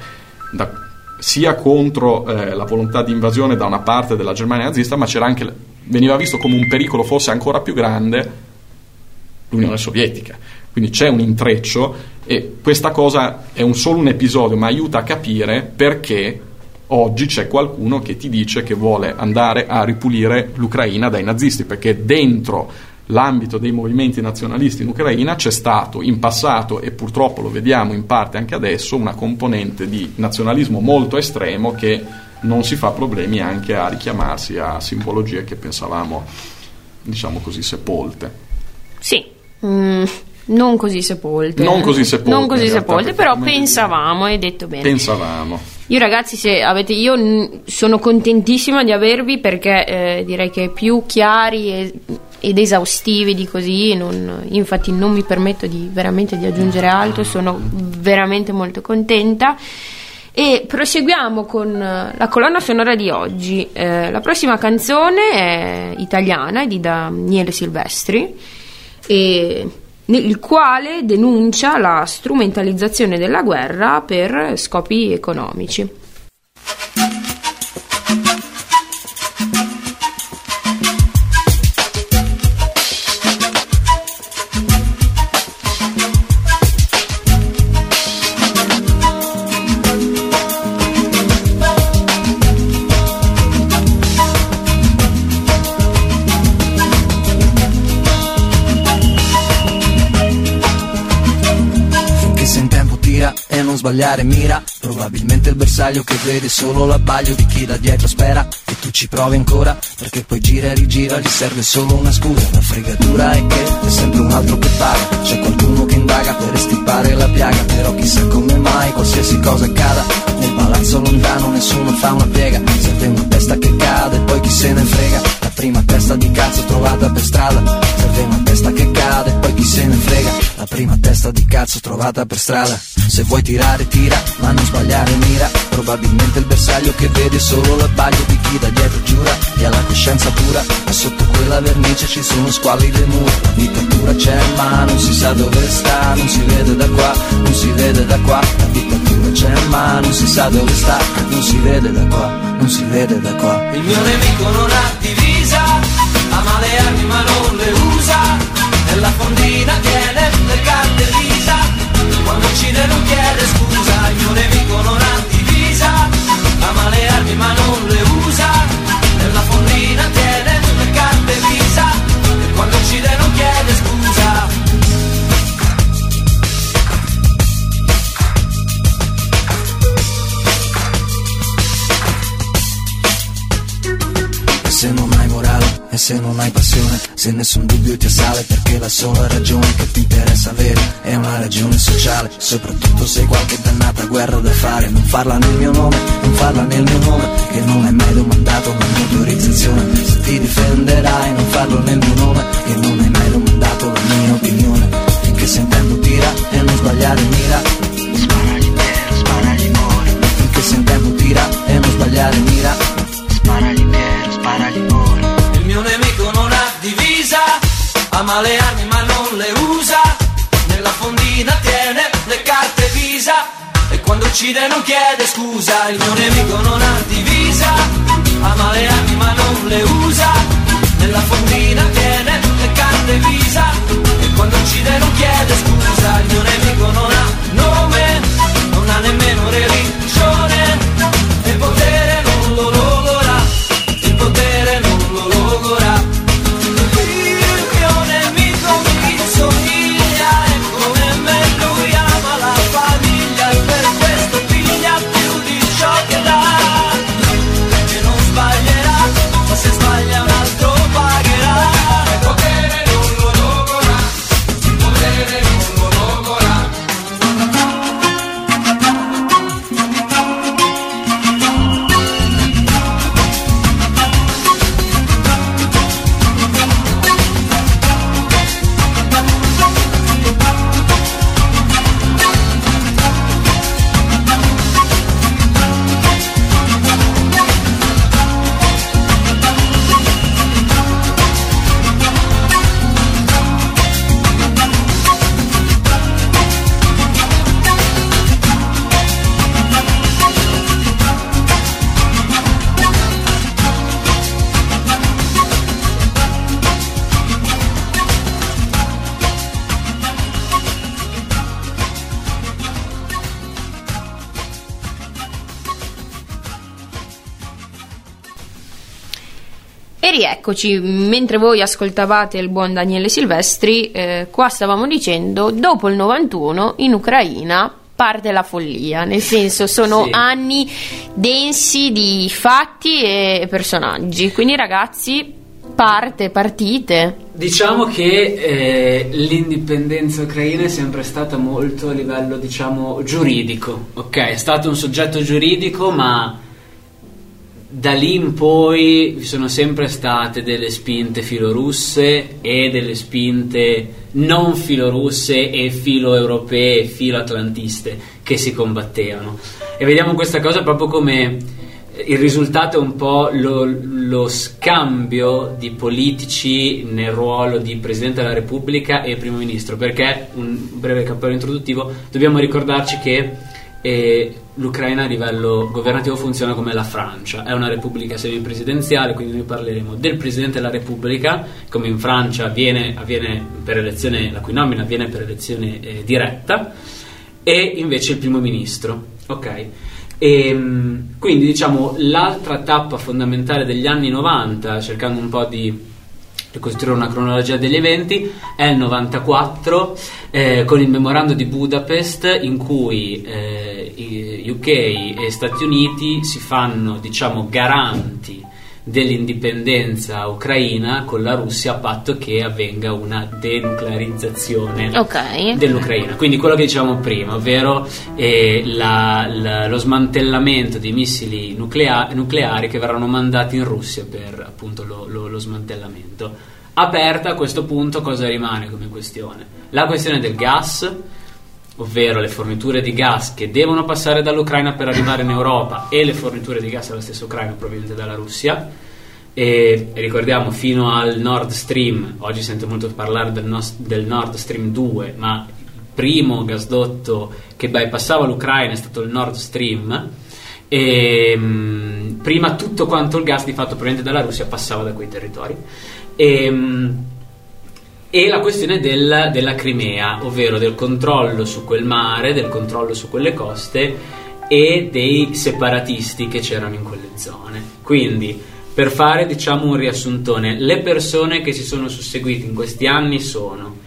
S2: sia contro la volontà di invasione da una parte della Germania nazista, ma c'era anche, veniva visto come un pericolo forse ancora più grande l'Unione Sovietica. Quindi c'è un intreccio, e questa cosa è solo un episodio, ma aiuta a capire perché oggi c'è qualcuno che ti dice che vuole andare a ripulire l'Ucraina dai nazisti, perché dentro l'ambito dei movimenti nazionalisti in Ucraina c'è stato in passato, e purtroppo lo vediamo in parte anche adesso, una componente di nazionalismo molto estremo che non si fa problemi anche a richiamarsi a simbologie che pensavamo, diciamo così, sepolte.
S1: Sì, non così sepolte.
S2: Non così sepolte,
S1: però pensavamo, hai detto bene.
S2: Pensavamo.
S1: Io ragazzi, io sono contentissima di avervi, perché direi che più chiari ed esaustivi di così, infatti non mi permetto veramente di aggiungere altro, sono veramente molto contenta. E proseguiamo con la colonna sonora di oggi. La prossima canzone è italiana, è di Daniele Silvestri, e nel quale denuncia la strumentalizzazione della guerra per scopi economici.
S8: Sbagliare mira, probabilmente il bersaglio che vede solo l'abbaglio di chi da dietro spera, e tu ci provi ancora, perché poi gira e rigira, gli serve solo una scusa. La fregatura è che c'è sempre un altro che paga, c'è qualcuno che indaga per estirpare la piaga, però chissà come mai qualsiasi cosa accada, nel palazzo lontano nessuno fa una piega, serve una testa che cade e poi chi se ne frega, la prima testa di cazzo trovata per strada, serve una testa che cade e poi chi se ne frega, la la prima testa di cazzo trovata per strada. Se vuoi tirare tira, ma non sbagliare mira. Probabilmente il bersaglio che vedi è solo l'abbaglio di chi da dietro giura e ha la coscienza pura, ma sotto quella vernice ci sono squallide mura. La dittatura c'è ma non si sa dove sta, non si vede da qua, non si vede da qua. La dittatura c'è ma non si sa dove sta, non si vede da qua, non si vede da qua.
S5: Il mio nemico non ha divisa, ama le armi ma non le usa, nella fondina tiene le carte risa, quando uccide non chiede scusa. Il mio nemico non ha divisa, ama le armi ma non le usa, nella fondina tiene le carte risa, e quando uccide non chiede scusa.
S8: Se non hai morale e se non hai passione, se nessun dubbio ti assale, perché la sola ragione che ti interessa avere è una ragione sociale. Soprattutto se hai qualche dannata guerra da fare, non farla nel mio nome, non farla nel mio nome, che non hai mai domandato la mia autorizzazione. Se ti difenderai non farlo nel mio nome, che non hai mai domandato la mia opinione. Finché sentendo tira e non sbagliare mira, sparagli Piero, sparagli Mori. Finché sentendo tira e non sbagliare mira, sparagli Piero, sparagli Mori.
S5: Il mio nemico non ha divisa, ama le armi ma non le usa, nella fondina tiene le carte visa, e quando uccide non chiede scusa. Il mio nemico non ha divisa, ama le armi ma non le usa, nella fondina tiene le carte visa, e quando uccide non chiede scusa. Il mio nemico non ha nome, non ha nemmeno religione, e il potere non lo logora, il potere non lo logora. Il mio nemico mi somiglia, e come me lui ama la famiglia, e per questo piglia più di ciò che dà, e non sbaglierà, ma se sbaglia un altro pagherà. Il potere non lo logora, il potere non lo logora.
S1: E rieccoci, mentre voi ascoltavate il buon Daniele Silvestri, qua stavamo dicendo, dopo il 91 in Ucraina parte la follia, nel senso sono
S3: Sì.
S1: anni densi di fatti e personaggi, quindi ragazzi partite.
S3: Diciamo che l'indipendenza ucraina è sempre stata molto a livello, diciamo, giuridico, ok? È stato un soggetto giuridico, ma da lì in poi vi sono sempre state delle spinte filorusse e delle spinte non filorusse e filoeuropee e filoatlantiste che si combattevano, e vediamo questa cosa proprio come il risultato è un po' lo scambio di politici nel ruolo di Presidente della Repubblica e Primo Ministro, perché, un breve cappello introduttivo, dobbiamo ricordarci che l'Ucraina a livello governativo funziona come la Francia, è una repubblica semipresidenziale, quindi noi parleremo del Presidente della Repubblica, come in Francia avviene per elezione, la cui nomina avviene per elezione diretta, e invece il Primo Ministro, ok? Quindi diciamo l'altra tappa fondamentale degli anni 90, cercando un po' di ricostruire una cronologia degli eventi, è il 94 con il memorando di Budapest, in cui UK e Stati Uniti si fanno, diciamo, garanti dell'indipendenza ucraina con la Russia, a patto che avvenga una denuclearizzazione dell'Ucraina. Quindi quello che dicevamo prima, ovvero lo smantellamento dei missili nucleari che verranno mandati in Russia per appunto lo smantellamento. Aperta a questo punto cosa rimane come questione? La questione del gas, ovvero le forniture di gas che devono passare dall'Ucraina per arrivare in Europa, e le forniture di gas alla stessa Ucraina provenienti dalla Russia. E ricordiamo, fino al Nord Stream, oggi sento molto parlare del Nord Stream 2, ma il primo gasdotto che bypassava l'Ucraina è stato il Nord Stream, e prima tutto quanto il gas di fatto proveniente dalla Russia passava da quei territori. E la questione della Crimea, ovvero del controllo su quel mare, del controllo su quelle coste e dei separatisti che c'erano in quelle zone. Quindi, per fare diciamo un riassuntone, le persone che si sono susseguite in questi anni sono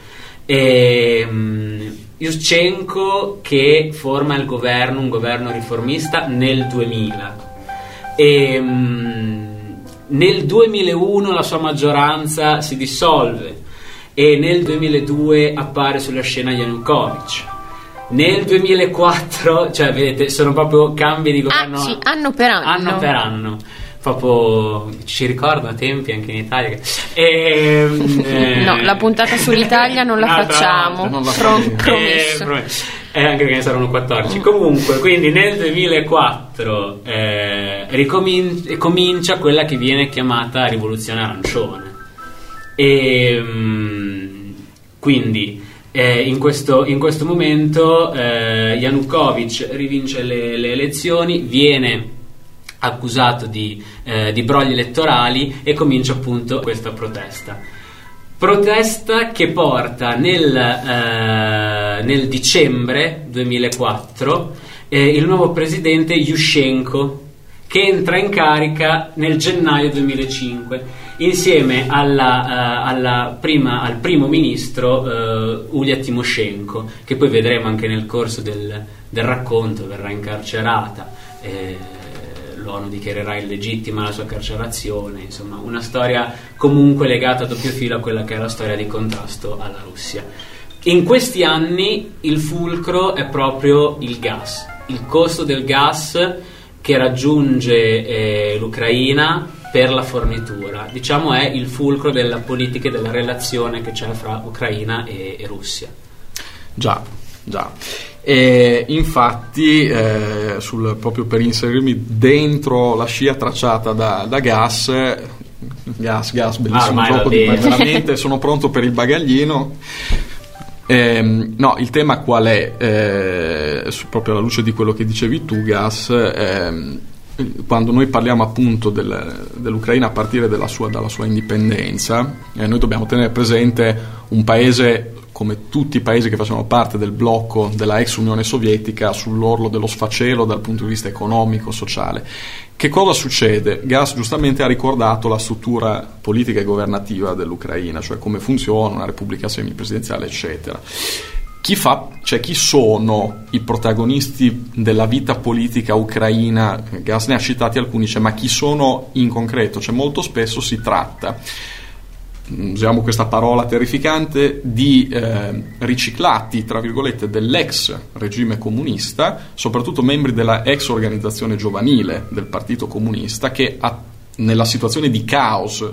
S3: Yushchenko, che forma il governo, un governo riformista nel 2000, nel 2001 la sua maggioranza si dissolve e nel 2002 appare sulla scena Yanukovych. Nel 2004, cioè vedete, sono proprio cambi di governo,
S1: sì, anno per anno.
S3: Proprio ci ricordano tempi anche in Italia
S1: no, la puntata sull'Italia non la facciamo, promesso.
S3: Anche perché ne saranno 14. Comunque, quindi nel 2004 comincia quella che viene chiamata rivoluzione arancione, e quindi in questo momento Yanukovych rivince le elezioni, viene accusato di brogli elettorali e comincia appunto questa protesta che porta nel dicembre 2004 il nuovo presidente Yushchenko, che entra in carica nel gennaio 2005 insieme al primo ministro Yulia Tymoshenko, che poi vedremo anche nel corso del racconto verrà incarcerata. L'ONU dichiarerà illegittima la sua carcerazione, insomma una storia comunque legata a doppio filo a quella che è la storia di contrasto alla Russia. In questi anni il fulcro è proprio il gas, il costo del gas che raggiunge l'Ucraina per la fornitura, diciamo è il fulcro della politica e della relazione che c'è fra Ucraina e Russia.
S2: Già. E infatti proprio per inserirmi dentro la scia tracciata da gas, bellissimo gioco di veramente sono pronto per il bagaglino. No, il tema qual è? Proprio alla luce di quello che dicevi tu, Gas, quando noi parliamo appunto dell'Ucraina a partire dalla sua indipendenza, noi dobbiamo tenere presente un paese, come tutti i paesi che facevano parte del blocco della ex Unione Sovietica, sull'orlo dello sfacelo dal punto di vista economico, sociale. Che cosa succede? Gas giustamente ha ricordato la struttura politica e governativa dell'Ucraina, cioè come funziona una repubblica semipresidenziale, eccetera. Chi sono i protagonisti della vita politica ucraina? Gas ne ha citati alcuni, ma chi sono in concreto? Molto spesso si tratta, usiamo questa parola terrificante, di riciclati, tra virgolette, dell'ex regime comunista, soprattutto membri della ex organizzazione giovanile del Partito Comunista, che nella situazione di caos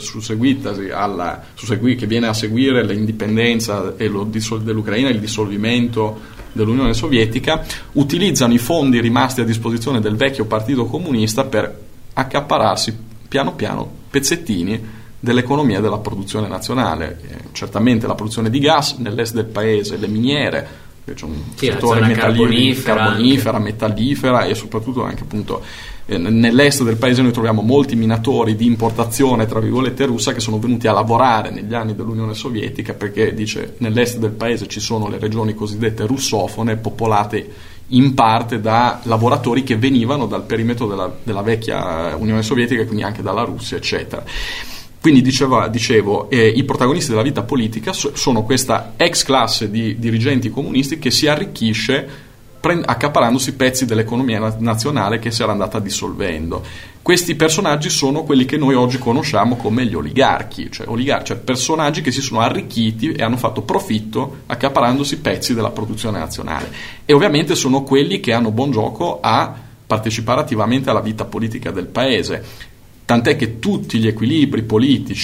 S2: che viene a seguire l'indipendenza dell'Ucraina e il dissolvimento dell'Unione Sovietica, utilizzano i fondi rimasti a disposizione del vecchio Partito Comunista per accaparrarsi piano piano pezzettini dell'economia e della produzione nazionale. Certamente la produzione di gas nell'est del paese, le miniere, c'è un settore carbonifera, metallifera, e soprattutto anche appunto nell'est del paese noi troviamo molti minatori di importazione tra virgolette russa che sono venuti a lavorare negli anni dell'Unione Sovietica, perché dice nell'est del paese ci sono le regioni cosiddette russofone, popolate in parte da lavoratori che venivano dal perimetro della vecchia Unione Sovietica, quindi anche dalla Russia, eccetera. Quindi dicevo, i protagonisti della vita politica sono questa ex classe di dirigenti comunisti che si arricchisce accaparandosi pezzi dell'economia nazionale che si era andata dissolvendo. Questi personaggi sono quelli che noi oggi conosciamo come gli oligarchi, cioè personaggi che si sono arricchiti e hanno fatto profitto accaparandosi pezzi della produzione nazionale, e ovviamente sono quelli che hanno buon gioco a partecipare attivamente alla vita politica del paese. Tant'è che tutti gli equilibri politici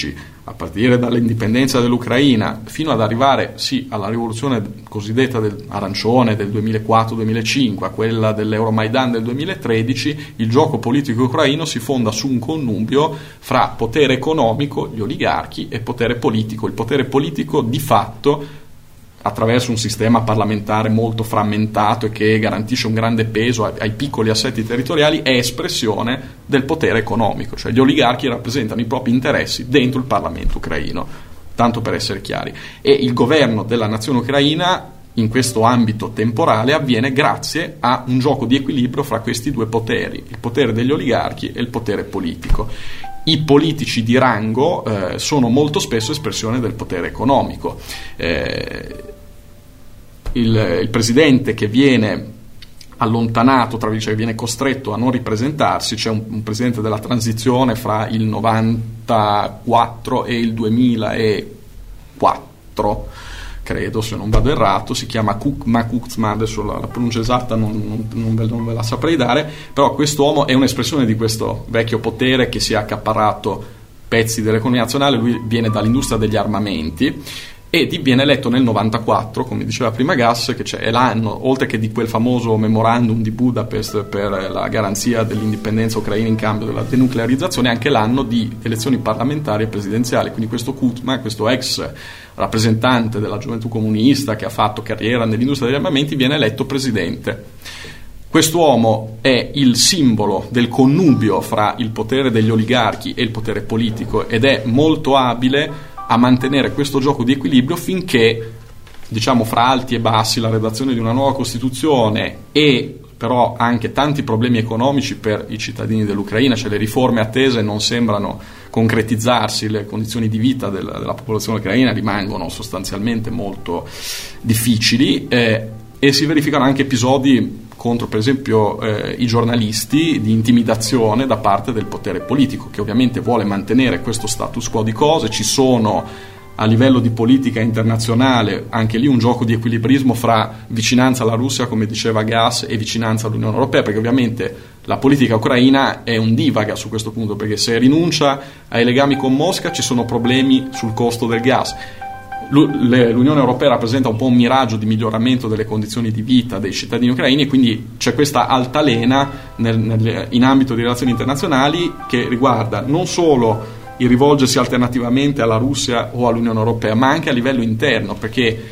S2: a partire dall'indipendenza dell'Ucraina fino ad arrivare sì alla rivoluzione cosiddetta arancione del 2004-2005, a quella dell'Euromaidan del 2013, il gioco politico ucraino si fonda su un connubio fra potere economico, gli oligarchi, e potere politico. Il potere politico di fatto, attraverso un sistema parlamentare molto frammentato e che garantisce un grande peso ai piccoli assetti territoriali, è espressione del potere economico, cioè gli oligarchi rappresentano i propri interessi dentro il Parlamento ucraino, tanto per essere chiari. E il governo della nazione ucraina in questo ambito temporale avviene grazie a un gioco di equilibrio fra questi due poteri, il potere degli oligarchi e il potere politico. I politici di rango sono molto spesso espressione del potere economico. Il presidente che viene allontanato, cioè viene costretto a non ripresentarsi, c'è un presidente della transizione fra il 94 e il 2004, credo, se non vado errato, si chiama Kuzma, adesso la pronuncia esatta non ve la saprei dare, però quest'uomo è un'espressione di questo vecchio potere che si è accaparato pezzi dell'economia nazionale. Lui viene dall'industria degli armamenti e viene eletto nel 94, come diceva prima Gas, che è l'anno, oltre che di quel famoso memorandum di Budapest per la garanzia dell'indipendenza ucraina in cambio della denuclearizzazione, anche l'anno di elezioni parlamentari e presidenziali. Quindi questo Kuzma, questo ex rappresentante della gioventù comunista che ha fatto carriera nell'industria degli armamenti, viene eletto presidente. Quest'uomo è il simbolo del connubio fra il potere degli oligarchi e il potere politico ed è molto abile a mantenere questo gioco di equilibrio finché, diciamo, fra alti e bassi, la redazione di una nuova Costituzione e però anche tanti problemi economici per i cittadini dell'Ucraina, cioè le riforme attese non sembrano concretizzarsi, le condizioni di vita della popolazione ucraina rimangono sostanzialmente molto difficili e si verificano anche episodi contro, per esempio, i giornalisti, di intimidazione da parte del potere politico, che ovviamente vuole mantenere questo status quo di cose. Ci sono a livello di politica internazionale anche lì un gioco di equilibrismo fra vicinanza alla Russia, come diceva Gas, e vicinanza all'Unione Europea, perché ovviamente la politica ucraina è un divaga su questo punto, perché se rinuncia ai legami con Mosca ci sono problemi sul costo del gas. L'Unione Europea rappresenta un po' un miraggio di miglioramento delle condizioni di vita dei cittadini ucraini, e quindi c'è questa altalena in ambito di relazioni internazionali che riguarda non solo il rivolgersi alternativamente alla Russia o all'Unione Europea, ma anche a livello interno, perché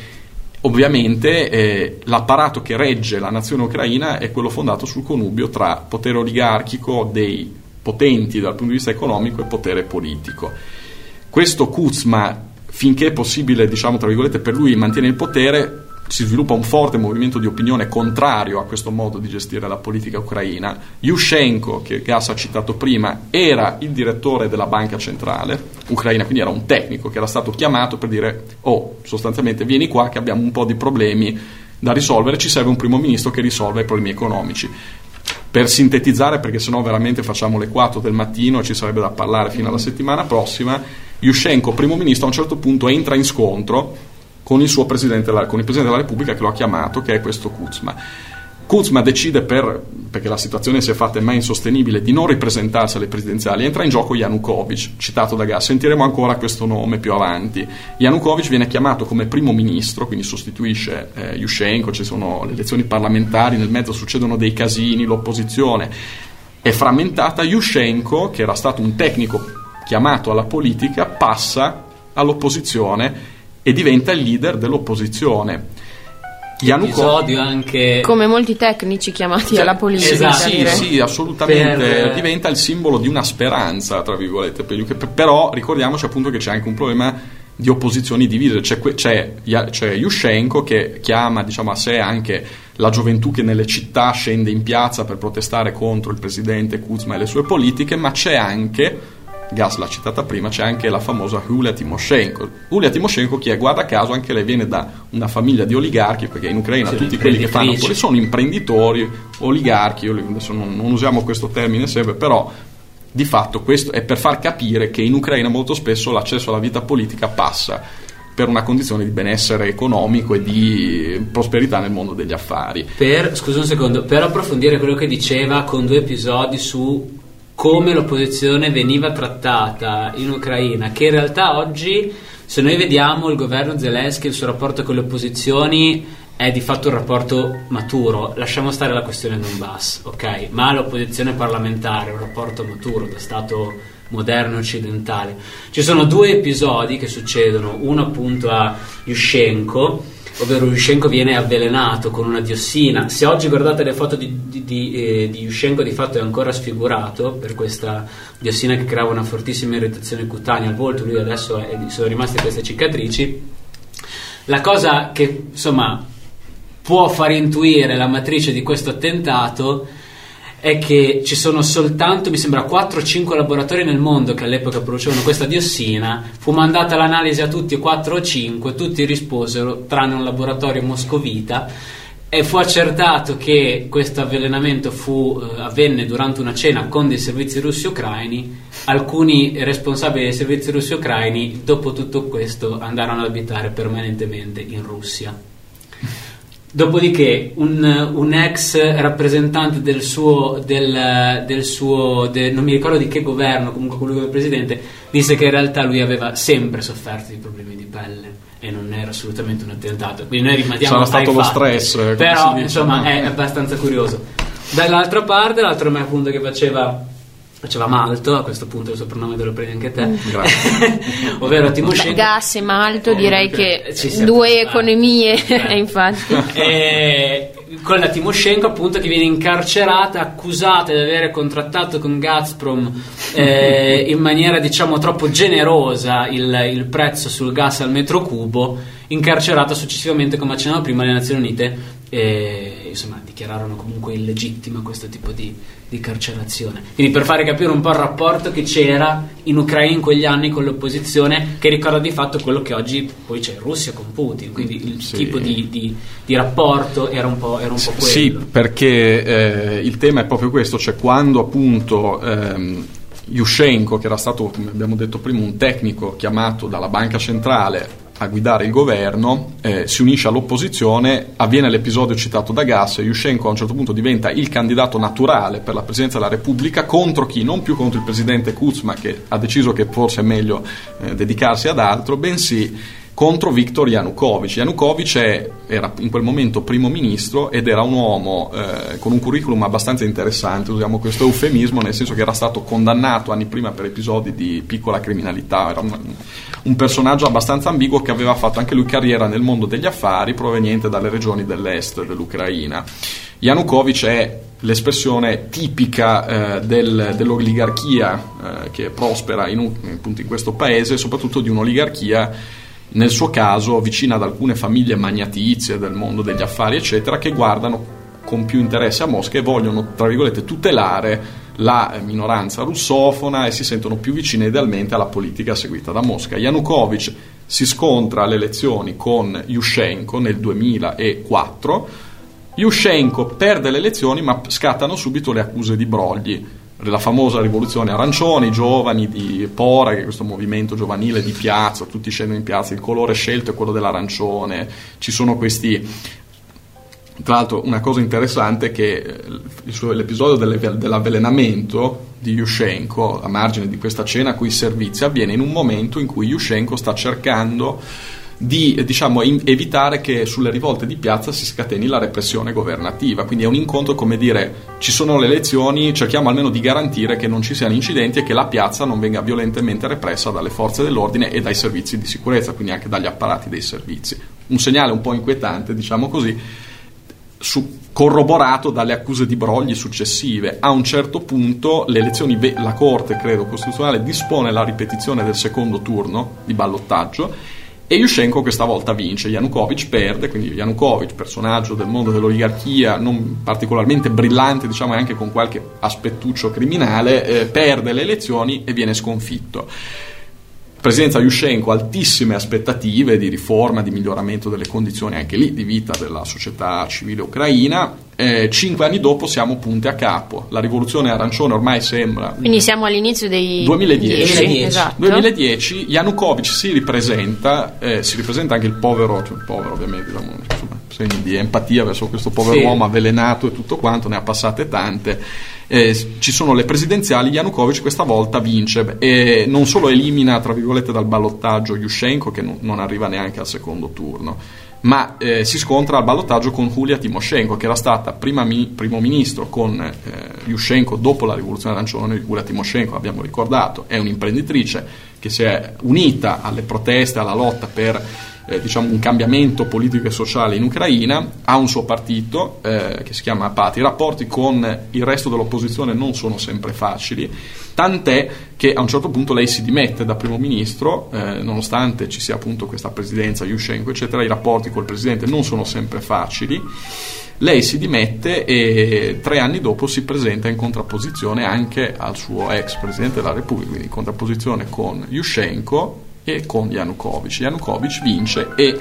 S2: ovviamente l'apparato che regge la nazione ucraina è quello fondato sul connubio tra potere oligarchico dei potenti dal punto di vista economico e potere politico. Questo Kuzma, finché è possibile, diciamo tra virgolette, per lui mantiene il potere, si sviluppa un forte movimento di opinione contrario a questo modo di gestire la politica ucraina. Yushchenko, che Gas ha citato prima, era il direttore della banca centrale ucraina, quindi era un tecnico che era stato chiamato per dire: oh, sostanzialmente vieni qua che abbiamo un po' di problemi da risolvere, ci serve un primo ministro che risolva i problemi economici. Per sintetizzare, perché sennò veramente facciamo le 4 del mattino e ci sarebbe da parlare fino alla settimana prossima, Yushchenko, primo ministro, a un certo punto entra in scontro con il suo presidente, con il presidente della Repubblica che lo ha chiamato, che è questo Kuzma. Kuzma decide, perché la situazione si è fatta mai insostenibile, di non ripresentarsi alle presidenziali. Entra in gioco Yanukovych, citato da Gas, sentiremo ancora questo nome più avanti. Yanukovych viene chiamato come primo ministro, quindi sostituisce Yushchenko, ci sono le elezioni parlamentari, nel mezzo succedono dei casini, l'opposizione è frammentata. Yushchenko, che era stato un tecnico chiamato alla politica, passa all'opposizione e diventa il leader dell'opposizione.
S3: Episodio anche
S1: come molti tecnici chiamati alla politica.
S3: Esatto.
S2: Sì, assolutamente. Diventa il simbolo di una speranza, tra virgolette, però ricordiamoci appunto che c'è anche un problema di opposizioni divise. C'è Yushchenko che chiama, diciamo, a sé anche la gioventù che nelle città scende in piazza per protestare contro il presidente Kuzma e le sue politiche, ma c'è anche, Gas l'ha citata prima, c'è anche la famosa Yulia Tymoshenko. Yulia Tymoshenko, chi è? Guarda caso anche lei viene da una famiglia di oligarchi, perché in Ucraina tutti quelli che fanno sono imprenditori, oligarchi. Adesso non usiamo questo termine sempre, però di fatto questo è per far capire che in Ucraina molto spesso l'accesso alla vita politica passa per una condizione di benessere economico e di prosperità nel mondo degli affari.
S3: Scusa un secondo, per approfondire quello che diceva con 2 episodi su come l'opposizione veniva trattata in Ucraina, che in realtà oggi, se noi vediamo il governo Zelensky, il suo rapporto con le opposizioni è di fatto un rapporto maturo. Lasciamo stare la questione Donbass, ok? Ma l'opposizione parlamentare è un rapporto maturo da Stato moderno occidentale. Ci sono 2 episodi che succedono, uno appunto a Yushchenko, ovvero Yushchenko viene avvelenato con una diossina. Se oggi guardate le foto di Yushchenko, di fatto è ancora sfigurato per questa diossina che creava una fortissima irritazione cutanea al volto. Lui adesso sono rimaste queste cicatrici. La cosa che insomma può far intuire la matrice di questo attentato è che ci sono soltanto, mi sembra, 4 o 5 laboratori nel mondo che all'epoca producevano questa diossina. Fu mandata l'analisi a tutti, 4 o 5, tutti risposero tranne un laboratorio moscovita, e fu accertato che questo avvelenamento avvenne durante una cena con dei servizi russi ucraini. Alcuni responsabili dei servizi russi ucraini dopo tutto questo andarono ad abitare permanentemente in Russia. Dopodiché un ex rappresentante non mi ricordo di che governo, comunque colui che era presidente, disse che in realtà lui aveva sempre sofferto di problemi di pelle e non era assolutamente un attentato. Quindi noi rimaniamo
S2: sarà stato lo stress,
S3: però insomma è abbastanza curioso. Dall'altra parte, l'altro me appunto che faceva malto, a questo punto il soprannome te lo prendi anche te, ovvero Timoshenko.
S1: Gas e malto, direi che 2 economie, infatti.
S3: Con la Timoshenko appunto, che viene incarcerata, accusata di avere contrattato con Gazprom in maniera diciamo troppo generosa il prezzo sul gas al metro cubo, incarcerata successivamente, come accennavo prima, le Nazioni Unite insomma dichiararono comunque illegittima questo tipo di carcerazione. Quindi per fare capire un po' il rapporto che c'era in Ucraina in quegli anni con l'opposizione, che ricorda di fatto quello che oggi poi c'è in Russia con Putin, quindi il tipo di rapporto era un po' quello.
S2: Sì, perché il tema è proprio questo, cioè quando appunto Yushchenko, che era stato, come abbiamo detto prima, un tecnico chiamato dalla banca centrale a guidare il governo, si unisce all'opposizione, avviene l'episodio citato da Gas, Yushchenko a un certo punto diventa il candidato naturale per la presidenza della Repubblica, contro chi? Non più contro il presidente Kuzma, che ha deciso che forse è meglio dedicarsi ad altro, bensì contro Viktor Yanukovych. Yanukovych era in quel momento primo ministro ed era un uomo con un curriculum abbastanza interessante, usiamo questo eufemismo, nel senso che era stato condannato anni prima per episodi di piccola criminalità, era un personaggio abbastanza ambiguo che aveva fatto anche lui carriera nel mondo degli affari, proveniente dalle regioni dell'est dell'Ucraina. Yanukovych è l'espressione tipica dell'oligarchia che prospera appunto in questo paese, soprattutto di un'oligarchia nel suo caso vicina ad alcune famiglie magnatizie del mondo degli affari eccetera, che guardano con più interesse a Mosca e vogliono, tra virgolette, tutelare la minoranza russofona e si sentono più vicine idealmente alla politica seguita da Mosca. Yanukovych si scontra alle elezioni con Yushchenko nel 2004. Yushchenko perde le elezioni, ma scattano subito le accuse di brogli. La famosa rivoluzione arancione, i giovani di Pora, che è questo movimento giovanile di piazza, tutti scendono in piazza, il colore scelto è quello dell'arancione, ci sono questi. Tra l'altro una cosa interessante è che l'episodio dell'avvelenamento di Yushchenko, a margine di questa cena coi servizi, avviene in un momento in cui Yushchenko sta cercando di evitare che sulle rivolte di piazza si scateni la repressione governativa. Quindi è un incontro, come dire, ci sono le elezioni, cerchiamo almeno di garantire che non ci siano incidenti e che la piazza non venga violentemente repressa dalle forze dell'ordine e dai servizi di sicurezza, quindi anche dagli apparati dei servizi. Un segnale un po' inquietante, diciamo così, corroborato dalle accuse di brogli successive. A un certo punto le elezioni, la Corte, credo, costituzionale dispone la ripetizione del secondo turno di ballottaggio e Yushchenko questa volta vince, Yanukovych perde, quindi Yanukovych, personaggio del mondo dell'oligarchia non particolarmente brillante, diciamo, anche con qualche aspettuccio criminale, perde le elezioni e viene sconfitto. Presidenza Yushchenko, altissime aspettative di riforma, di miglioramento delle condizioni anche lì di vita della società civile ucraina, 5 anni dopo siamo punti a capo. La rivoluzione arancione ormai sembra...
S1: Quindi siamo all'inizio dei
S2: 2010.
S1: Esatto.
S2: 2010 Yanukovych si ripresenta anche il povero ovviamente, insomma, segni di empatia verso questo povero uomo avvelenato e tutto quanto, ne ha passate tante. Ci sono le presidenziali, Yanukovych questa volta vince e non solo elimina tra virgolette dal ballottaggio Yushchenko, che non arriva neanche al secondo turno, ma si scontra al ballottaggio con Yulia Tymoshenko, che era stata primo ministro con Yushchenko dopo la rivoluzione arancione. Yulia Tymoshenko, abbiamo ricordato, è un'imprenditrice che si è unita alle proteste, alla lotta per un cambiamento politico e sociale in Ucraina, ha un suo partito che si chiama Apati. I rapporti con il resto dell'opposizione non sono sempre facili, tant'è che a un certo punto lei si dimette da primo ministro, nonostante ci sia appunto questa presidenza Yushchenko eccetera. I rapporti col presidente non sono sempre facili. Lei si dimette e 3 anni dopo si presenta in contrapposizione anche al suo ex presidente della Repubblica, quindi in contrapposizione con Yushchenko e con Yanukovych. Yanukovych vince e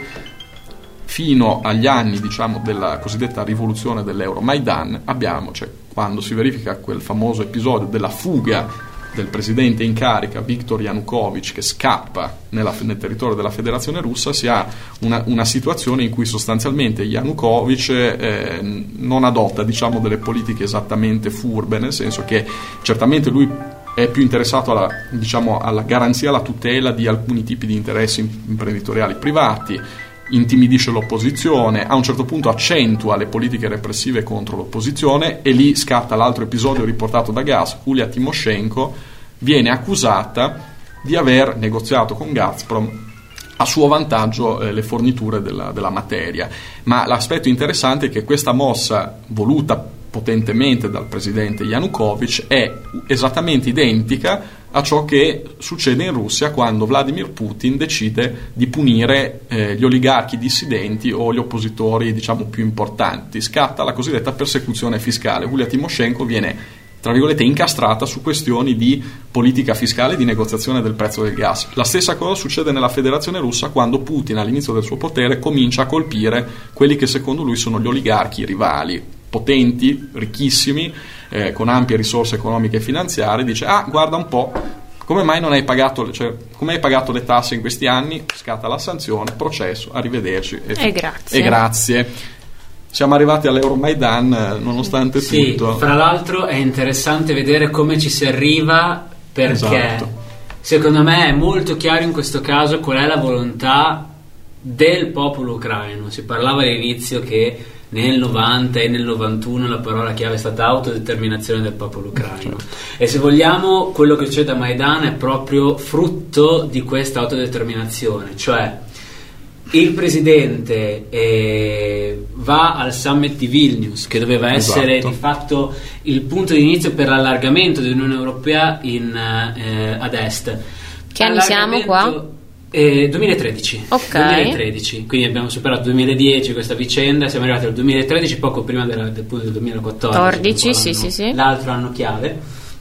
S2: fino agli anni della cosiddetta rivoluzione dell'Euromaidan quando si verifica quel famoso episodio della fuga del presidente in carica Viktor Yanukovych, che scappa nel territorio della Federazione Russa, si ha una situazione in cui sostanzialmente Yanukovych non adotta delle politiche esattamente furbe, nel senso che certamente lui è più interessato alla garanzia, alla tutela di alcuni tipi di interessi imprenditoriali privati, intimidisce l'opposizione, a un certo punto accentua le politiche repressive contro l'opposizione, e lì scatta l'altro episodio riportato da Gas. Yulia Tymoshenko viene accusata di aver negoziato con Gazprom a suo vantaggio le forniture della materia, ma l'aspetto interessante è che questa mossa voluta potentemente dal presidente Yanukovych è esattamente identica a ciò che succede in Russia quando Vladimir Putin decide di punire gli oligarchi dissidenti o gli oppositori più importanti. Scatta la cosiddetta persecuzione fiscale. Yulia Tymoshenko viene tra virgolette incastrata su questioni di politica fiscale e di negoziazione del prezzo del gas. La stessa cosa succede nella Federazione Russa quando Putin all'inizio del suo potere comincia a colpire quelli che secondo lui sono gli oligarchi rivali, potenti, ricchissimi, con ampie risorse economiche e finanziarie. Dice: guarda un po', come mai non hai pagato, come hai pagato le tasse in questi anni? Scatta la sanzione, processo, arrivederci e grazie. Siamo arrivati all'Euromaidan nonostante tutto.
S3: Fra l'altro è interessante vedere come ci si arriva, perché secondo me è molto chiaro in questo caso qual è la volontà del popolo ucraino. Si parlava all'inizio che nel 90 e nel 91 la parola chiave è stata autodeterminazione del popolo ucraino, e se vogliamo quello che succede a Maidan è proprio frutto di questa autodeterminazione. Cioè il presidente va al summit di Vilnius, che doveva essere di fatto il punto di inizio per l'allargamento dell'Unione Europea ad est.
S1: Che anni siamo qua?
S3: 2013.
S1: Ok.
S3: 2013, quindi abbiamo superato 2010 questa vicenda, siamo arrivati al 2013, poco prima del 2014.
S1: Sì.
S3: L'altro anno chiave.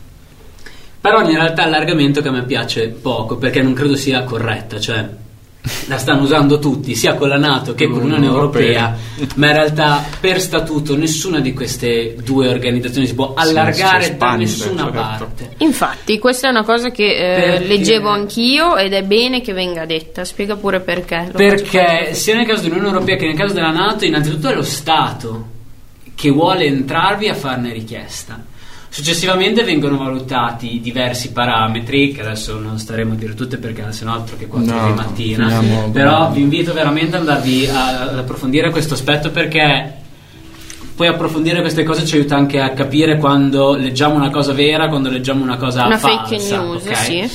S3: Però in realtà l'allargamento che a me piace poco, perché non credo sia corretta, cioè la stanno usando tutti, sia con la NATO che con l'Unione Europea, ma in realtà per statuto nessuna di queste due organizzazioni si può allargare da nessuna parte.
S1: Infatti questa è una cosa che leggevo anch'io, ed è bene che venga detta. Spiega pure perché.
S3: Perché sia nel caso dell'Unione Europea che nel caso della NATO, innanzitutto è lo Stato che vuole entrarvi a farne richiesta. Successivamente vengono valutati diversi parametri, che adesso non staremo a dire tutte perché sennò altro che 4 di mattina, però vi invito veramente ad andarvi ad approfondire questo aspetto, perché poi approfondire queste cose ci aiuta anche a capire quando leggiamo una cosa vera, quando leggiamo una cosa falsa,
S1: fake news,
S3: okay?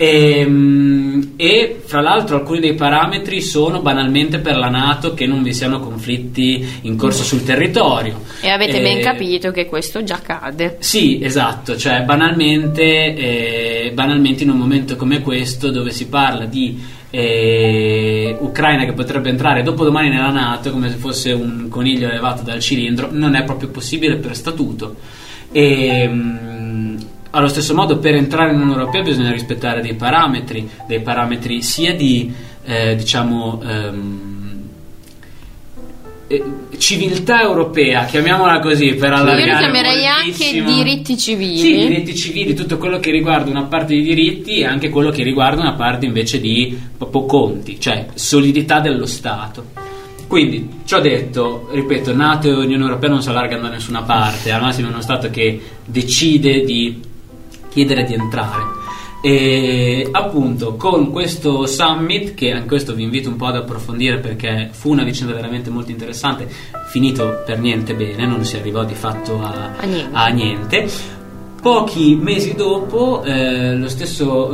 S3: E fra l'altro alcuni dei parametri sono banalmente per la NATO che non vi siano conflitti in corso sul territorio,
S1: e avete ben capito che questo già accade.
S3: Sì, esatto, cioè banalmente in un momento come questo, dove si parla di Ucraina che potrebbe entrare dopodomani nella NATO come se fosse un coniglio levato dal cilindro, non è proprio possibile per statuto. Allo stesso modo, per entrare in Unione Europea bisogna rispettare dei parametri sia di civiltà europea, chiamiamola così per allargare.
S1: Io lo chiamerei
S3: moltissimo.
S1: anche diritti civili.
S3: Sì, diritti civili, tutto quello che riguarda una parte di diritti e anche quello che riguarda una parte invece di proprio conti, cioè solidità dello Stato. Quindi, ciò detto, ripeto, NATO e Unione Europea non si allargano da nessuna parte, al massimo è uno Stato che decide di chiedere di entrare. E appunto con questo summit, che anche questo vi invito un po' ad approfondire perché fu una vicenda veramente molto interessante, finito per niente bene, non si arrivò di fatto a niente. Pochi mesi dopo lo stesso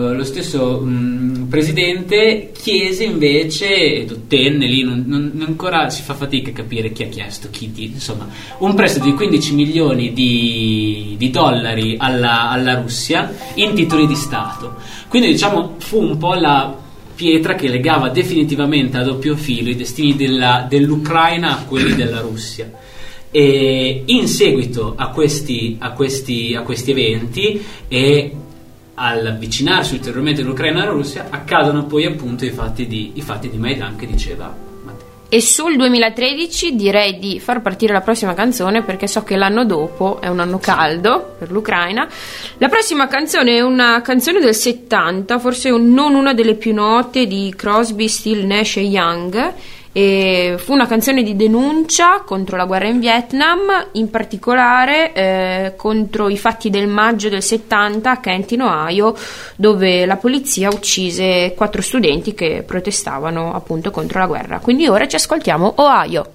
S3: presidente chiese invece ed ottenne, lì non ancora si fa fatica a capire chi ha chiesto, insomma, un prestito di 15 milioni di dollari alla Russia in titoli di Stato. Quindi diciamo fu un po' la pietra che legava definitivamente a doppio filo i destini dell'Ucraina a quelli della Russia. E in seguito a questi eventi e all'avvicinarsi ulteriormente dell'Ucraina alla Russia accadono poi appunto i fatti di Maidan che diceva Matteo.
S1: E sul 2013 direi di far partire la prossima canzone perché so che l'anno dopo è un anno caldo per l'Ucraina. La prossima canzone è una canzone del 70, forse non una delle più note di Crosby, Still, Nash e Young. E fu una canzone di denuncia contro la guerra in Vietnam, in particolare contro i fatti del maggio del 70 a Canton, Ohio, dove la polizia uccise 4 studenti che protestavano appunto contro la guerra. Quindi ora ci ascoltiamo Ohio.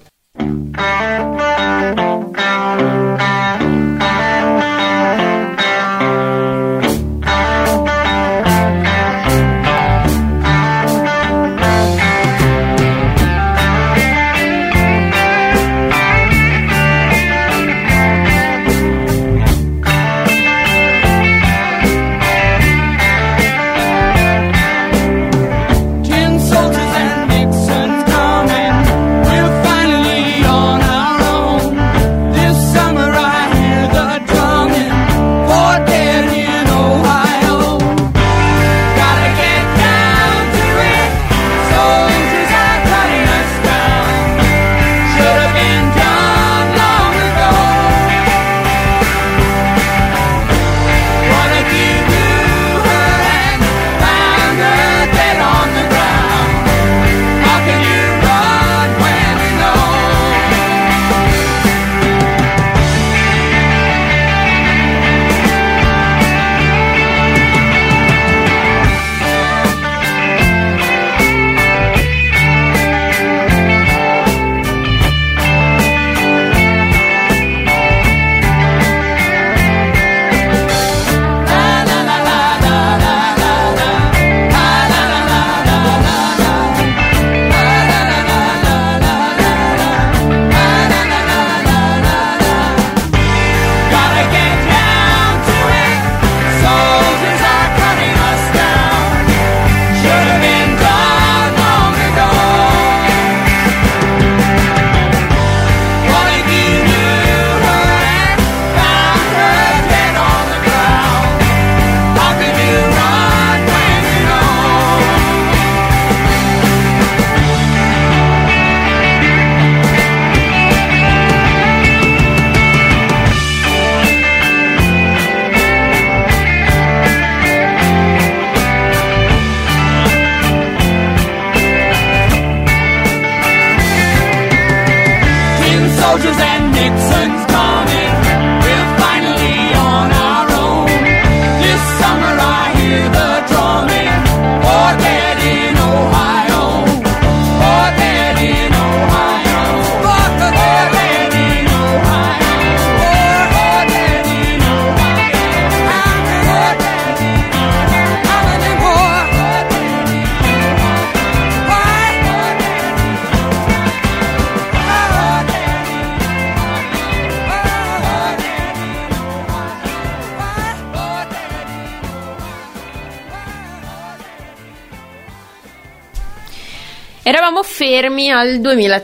S1: Eravamo fermi al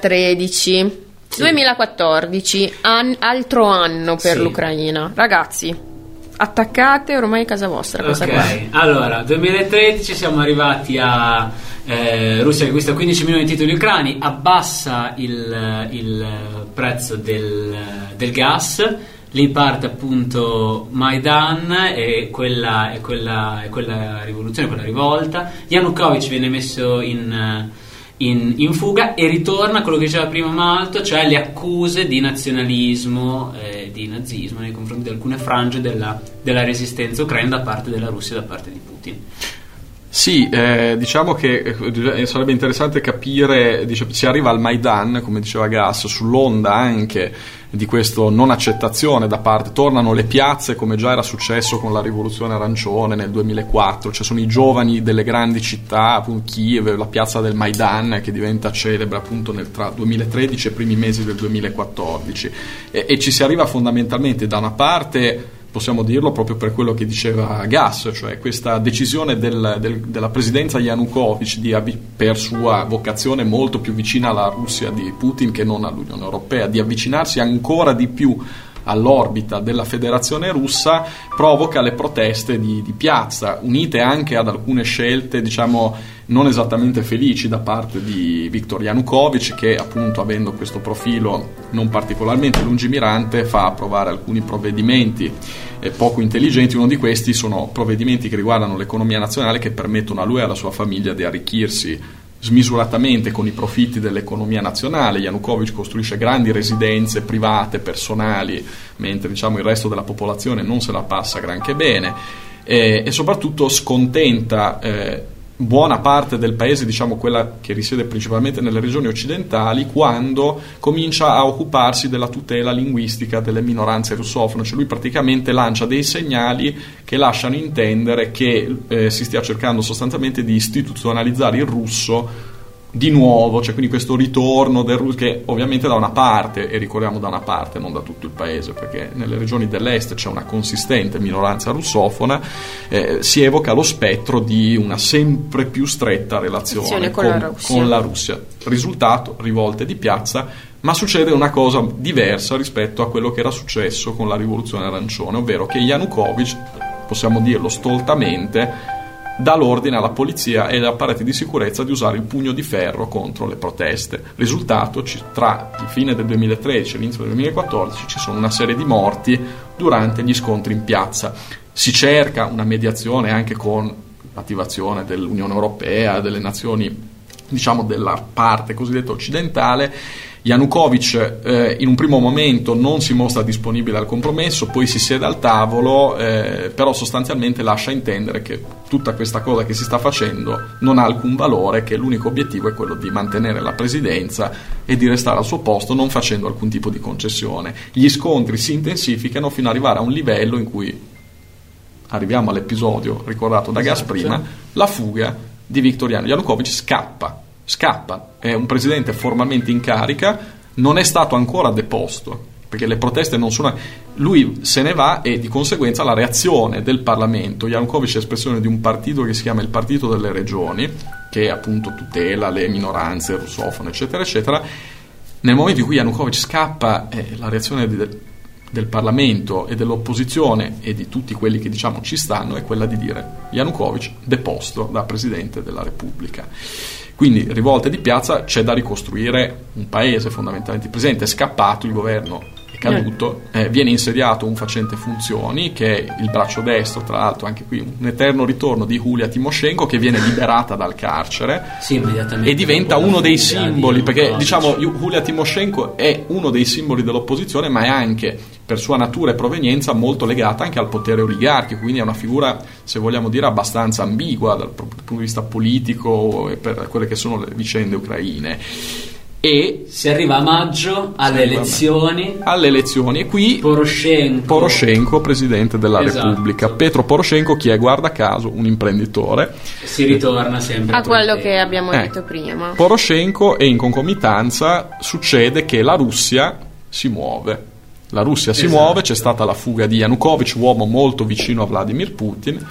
S1: 2013, sì. 2014, altro anno per l'Ucraina. Ragazzi, attaccate ormai a casa vostra.
S3: Ok, allora 2013 siamo arrivati Russia che acquista 15 milioni di titoli ucraini, abbassa il prezzo del gas, lì parte appunto Maidan e quella rivoluzione, quella rivolta. Yanukovych viene messo in fuga e ritorna quello che diceva prima Malto, cioè le accuse di nazionalismo, di nazismo nei confronti di alcune frange della resistenza ucraina da parte della Russia e da parte di Putin.
S2: Sì, diciamo che sarebbe interessante capire, si arriva al Maidan, come diceva Gas, sull'onda anche di questo non accettazione da parte, tornano le piazze come già era successo con la rivoluzione arancione nel 2004, cioè sono i giovani delle grandi città, appunto Kiev, la piazza del Maidan che diventa celebre appunto tra 2013 e i primi mesi del 2014 e ci si arriva fondamentalmente da una parte, possiamo dirlo proprio per quello che diceva Gas, cioè questa decisione della presidenza Yanukovych per sua vocazione molto più vicina alla Russia di Putin che non all'Unione Europea, di avvicinarsi ancora di più all'orbita della Federazione Russa, provoca le proteste di piazza, unite anche ad alcune scelte, diciamo, non esattamente felici da parte di Viktor Yanukovych, che appunto, avendo questo profilo non particolarmente lungimirante, fa approvare alcuni provvedimenti poco intelligenti. Uno di questi sono provvedimenti che riguardano l'economia nazionale, che permettono a lui e alla sua famiglia di arricchirsi smisuratamente con i profitti dell'economia nazionale. Yanukovych costruisce grandi residenze private, personali, mentre diciamo il resto della popolazione non se la passa granché bene, e soprattutto scontenta buona parte del paese, diciamo quella che risiede principalmente nelle regioni occidentali, quando comincia a occuparsi della tutela linguistica delle minoranze russofone. Cioè lui praticamente lancia dei segnali che lasciano intendere che si stia cercando sostanzialmente di istituzionalizzare il russo di nuovo, cioè quindi questo ritorno del russo, che ovviamente da una parte, e ricordiamo da una parte, non da tutto il paese, perché nelle regioni dell'est c'è una consistente minoranza russofona, si evoca lo spettro di una sempre più stretta relazione con la Russia. Risultato, rivolte di piazza, ma succede una cosa diversa rispetto a quello che era successo con la rivoluzione arancione, ovvero che Yanukovych, possiamo dirlo stoltamente, dà l'ordine alla polizia e agli apparati di sicurezza di usare il pugno di ferro contro le proteste. Risultato, tra il fine del 2013 e l'inizio del 2014 ci sono una serie di morti durante gli scontri in piazza. Si cerca una mediazione anche con l'attivazione dell'Unione Europea, delle nazioni, diciamo, della parte cosiddetta occidentale. Yanukovych in un primo momento non si mostra disponibile al compromesso, poi si siede al tavolo, però sostanzialmente lascia intendere che tutta questa cosa che si sta facendo non ha alcun valore, che l'unico obiettivo è quello di mantenere la presidenza e di restare al suo posto, non facendo alcun tipo di concessione. Gli scontri si intensificano fino ad arrivare a un livello in cui arriviamo all'episodio ricordato da Gas prima, la fuga di Viktor Yanukovych. Scappa, è un presidente formalmente in carica, non è stato ancora deposto, perché le proteste non sono... Lui se ne va e di conseguenza la reazione del Parlamento. Yanukovych è espressione di un partito che si chiama il Partito delle Regioni, che appunto tutela le minoranze russofone, eccetera, eccetera. Nel momento in cui Yanukovych scappa, la reazione del Parlamento e dell'opposizione e di tutti quelli che diciamo ci stanno è quella di dire Yanukovych deposto da Presidente della Repubblica. Quindi rivolte di piazza, c'è da ricostruire un paese fondamentalmente. Il presidente è scappato, il governo è caduto, viene insediato un facente funzioni che è il braccio destro, tra l'altro anche qui un eterno ritorno di Yulia Tymoshenko, che viene liberata dal carcere,
S3: sì, immediatamente,
S2: e diventa uno dei simboli, perché diciamo Yulia Tymoshenko è uno dei simboli dell'opposizione, ma è anche per sua natura e provenienza molto legata anche al potere oligarchico, quindi è una figura, se vogliamo dire, abbastanza ambigua dal punto di vista politico e per quelle che sono le vicende ucraine. E
S3: si arriva a maggio alle elezioni
S2: e qui
S3: Poroshenko
S2: presidente della Repubblica. Petro Poroshenko, chi è? Guarda caso un imprenditore.
S3: Si ritorna sempre
S1: a quello che abbiamo detto prima.
S2: Poroshenko, e in concomitanza succede che la Russia si muove. Muove, c'è stata la fuga di Yanukovych, uomo molto vicino a Vladimir Putin.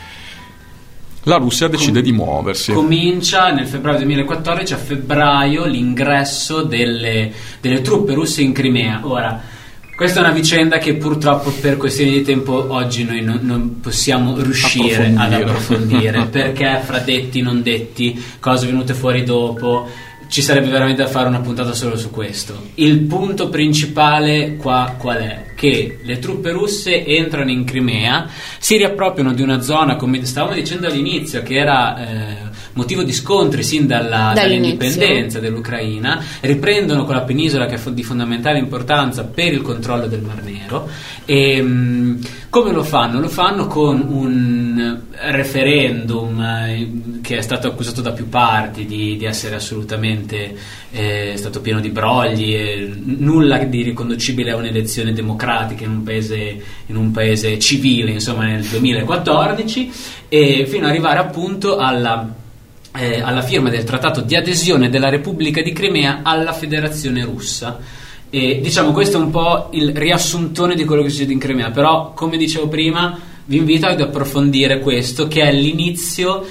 S2: La Russia decide di muoversi.
S3: Comincia nel febbraio 2014, a febbraio, l'ingresso delle truppe russe in Crimea. Ora, Questa è una vicenda che purtroppo per questioni di tempo oggi noi non possiamo riuscire ad approfondire perché fra detti, non detti, cose venute fuori dopo, ci sarebbe veramente da fare una puntata solo su questo. Il punto principale qua qual è? Che le truppe russe entrano in Crimea, si riappropriano di una zona, come stavamo dicendo all'inizio, che era motivo di scontri sin dall'indipendenza dell'Ucraina, riprendono quella penisola che è di fondamentale importanza per il controllo del Mar Nero. E come lo fanno? Lo fanno con un referendum che è stato accusato da più parti di essere assolutamente stato pieno di brogli, nulla di riconducibile a un'elezione democratica in un paese civile, insomma, nel 2014, e fino ad arrivare appunto alla firma del trattato di adesione della Repubblica di Crimea alla Federazione Russa. E diciamo questo è un po' il riassuntone di quello che succede in Crimea, però come dicevo prima vi invito ad approfondire questo, che è l'inizio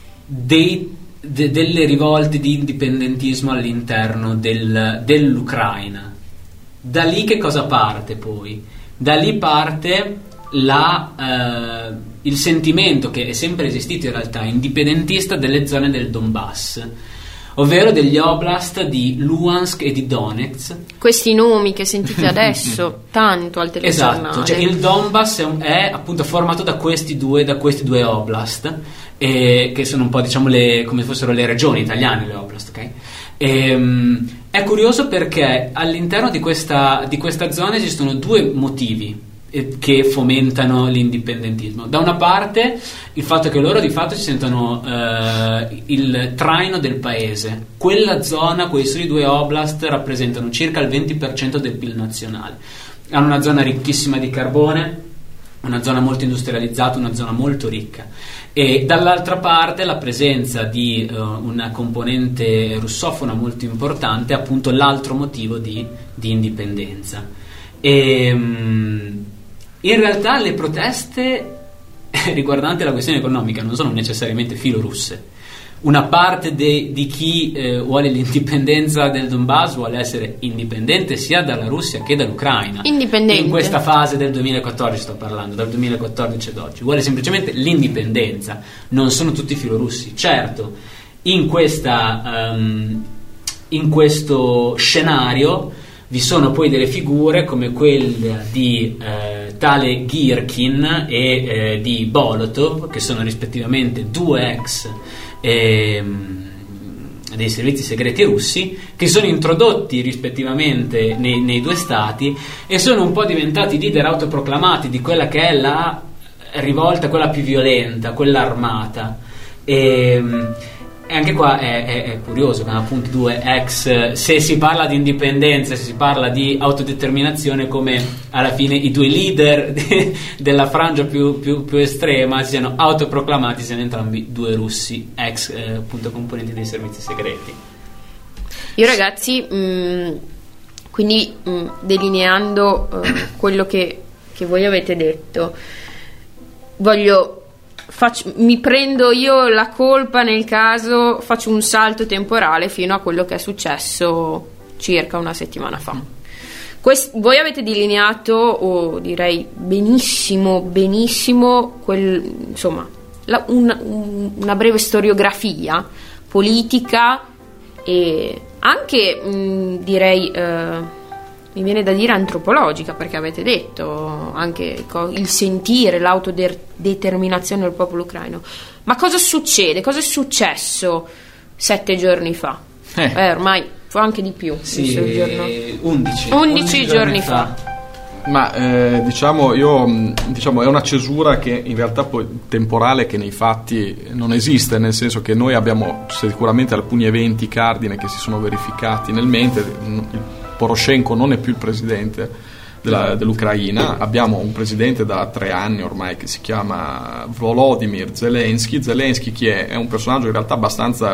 S3: delle rivolte di indipendentismo all'interno dell'Ucraina. Da lì che cosa parte poi? Da lì parte il sentimento che è sempre esistito in realtà indipendentista delle zone del Donbass, ovvero degli oblast di Luhansk e di Donetsk.
S1: Questi nomi che sentite adesso tanto al telegiornale.
S3: Esatto, cioè il Donbass è appunto formato da questi due oblast, che sono un po', diciamo, come fossero le regioni italiane, le oblast, ok? È curioso perché all'interno di questa zona esistono due motivi che fomentano l'indipendentismo. Da una parte il fatto che loro di fatto si sentono il traino del paese. Quella zona, quei soli due oblast rappresentano circa il 20% del PIL nazionale. Hanno una zona ricchissima di carbone, una zona molto industrializzata, una zona molto ricca, e dall'altra parte la presenza di una componente russofona molto importante, appunto l'altro motivo di indipendenza. E in realtà le proteste riguardanti la questione economica non sono necessariamente filorusse. Una parte di chi vuole l'indipendenza del Donbass vuole essere indipendente sia dalla Russia che dall'Ucraina.
S1: Indipendente.
S3: In questa fase del 2014 sto parlando, dal 2014 ad oggi. Vuole semplicemente l'indipendenza. Non sono tutti filorussi. Certo, in questo scenario vi sono poi delle figure come quella di tale Girkin e di Bolotov, che sono rispettivamente due ex dei servizi segreti russi, che sono introdotti rispettivamente nei due stati e sono un po' diventati leader autoproclamati di quella che è la rivolta, quella più violenta, quella armata. E anche qua è curioso che appunto due ex, se si parla di indipendenza, se si parla di autodeterminazione, come alla fine i due leader della frangia più estrema siano autoproclamati, siano entrambi due russi ex appunto componenti dei servizi segreti.
S1: Io ragazzi, quindi delineando quello che voi avete detto, mi prendo io la colpa nel caso, faccio un salto temporale fino a quello che è successo circa una settimana fa. Voi avete delineato, o direi benissimo, insomma, una breve storiografia politica e anche direi mi viene da dire antropologica, perché avete detto anche il sentire, l'autodeterminazione del popolo ucraino. Ma cosa succede? Cosa è successo 7 giorni fa? Ormai fu anche di più.
S3: Sì,
S1: 11 giorni fa.
S2: Ma diciamo è una cesura che in realtà poi temporale, che nei fatti non esiste, nel senso che noi abbiamo sicuramente alcuni eventi cardine che si sono verificati nel mente. Poroshenko non è più il presidente dell'Ucraina, abbiamo un presidente da 3 anni ormai che si chiama Volodymyr Zelensky, che è un personaggio in realtà abbastanza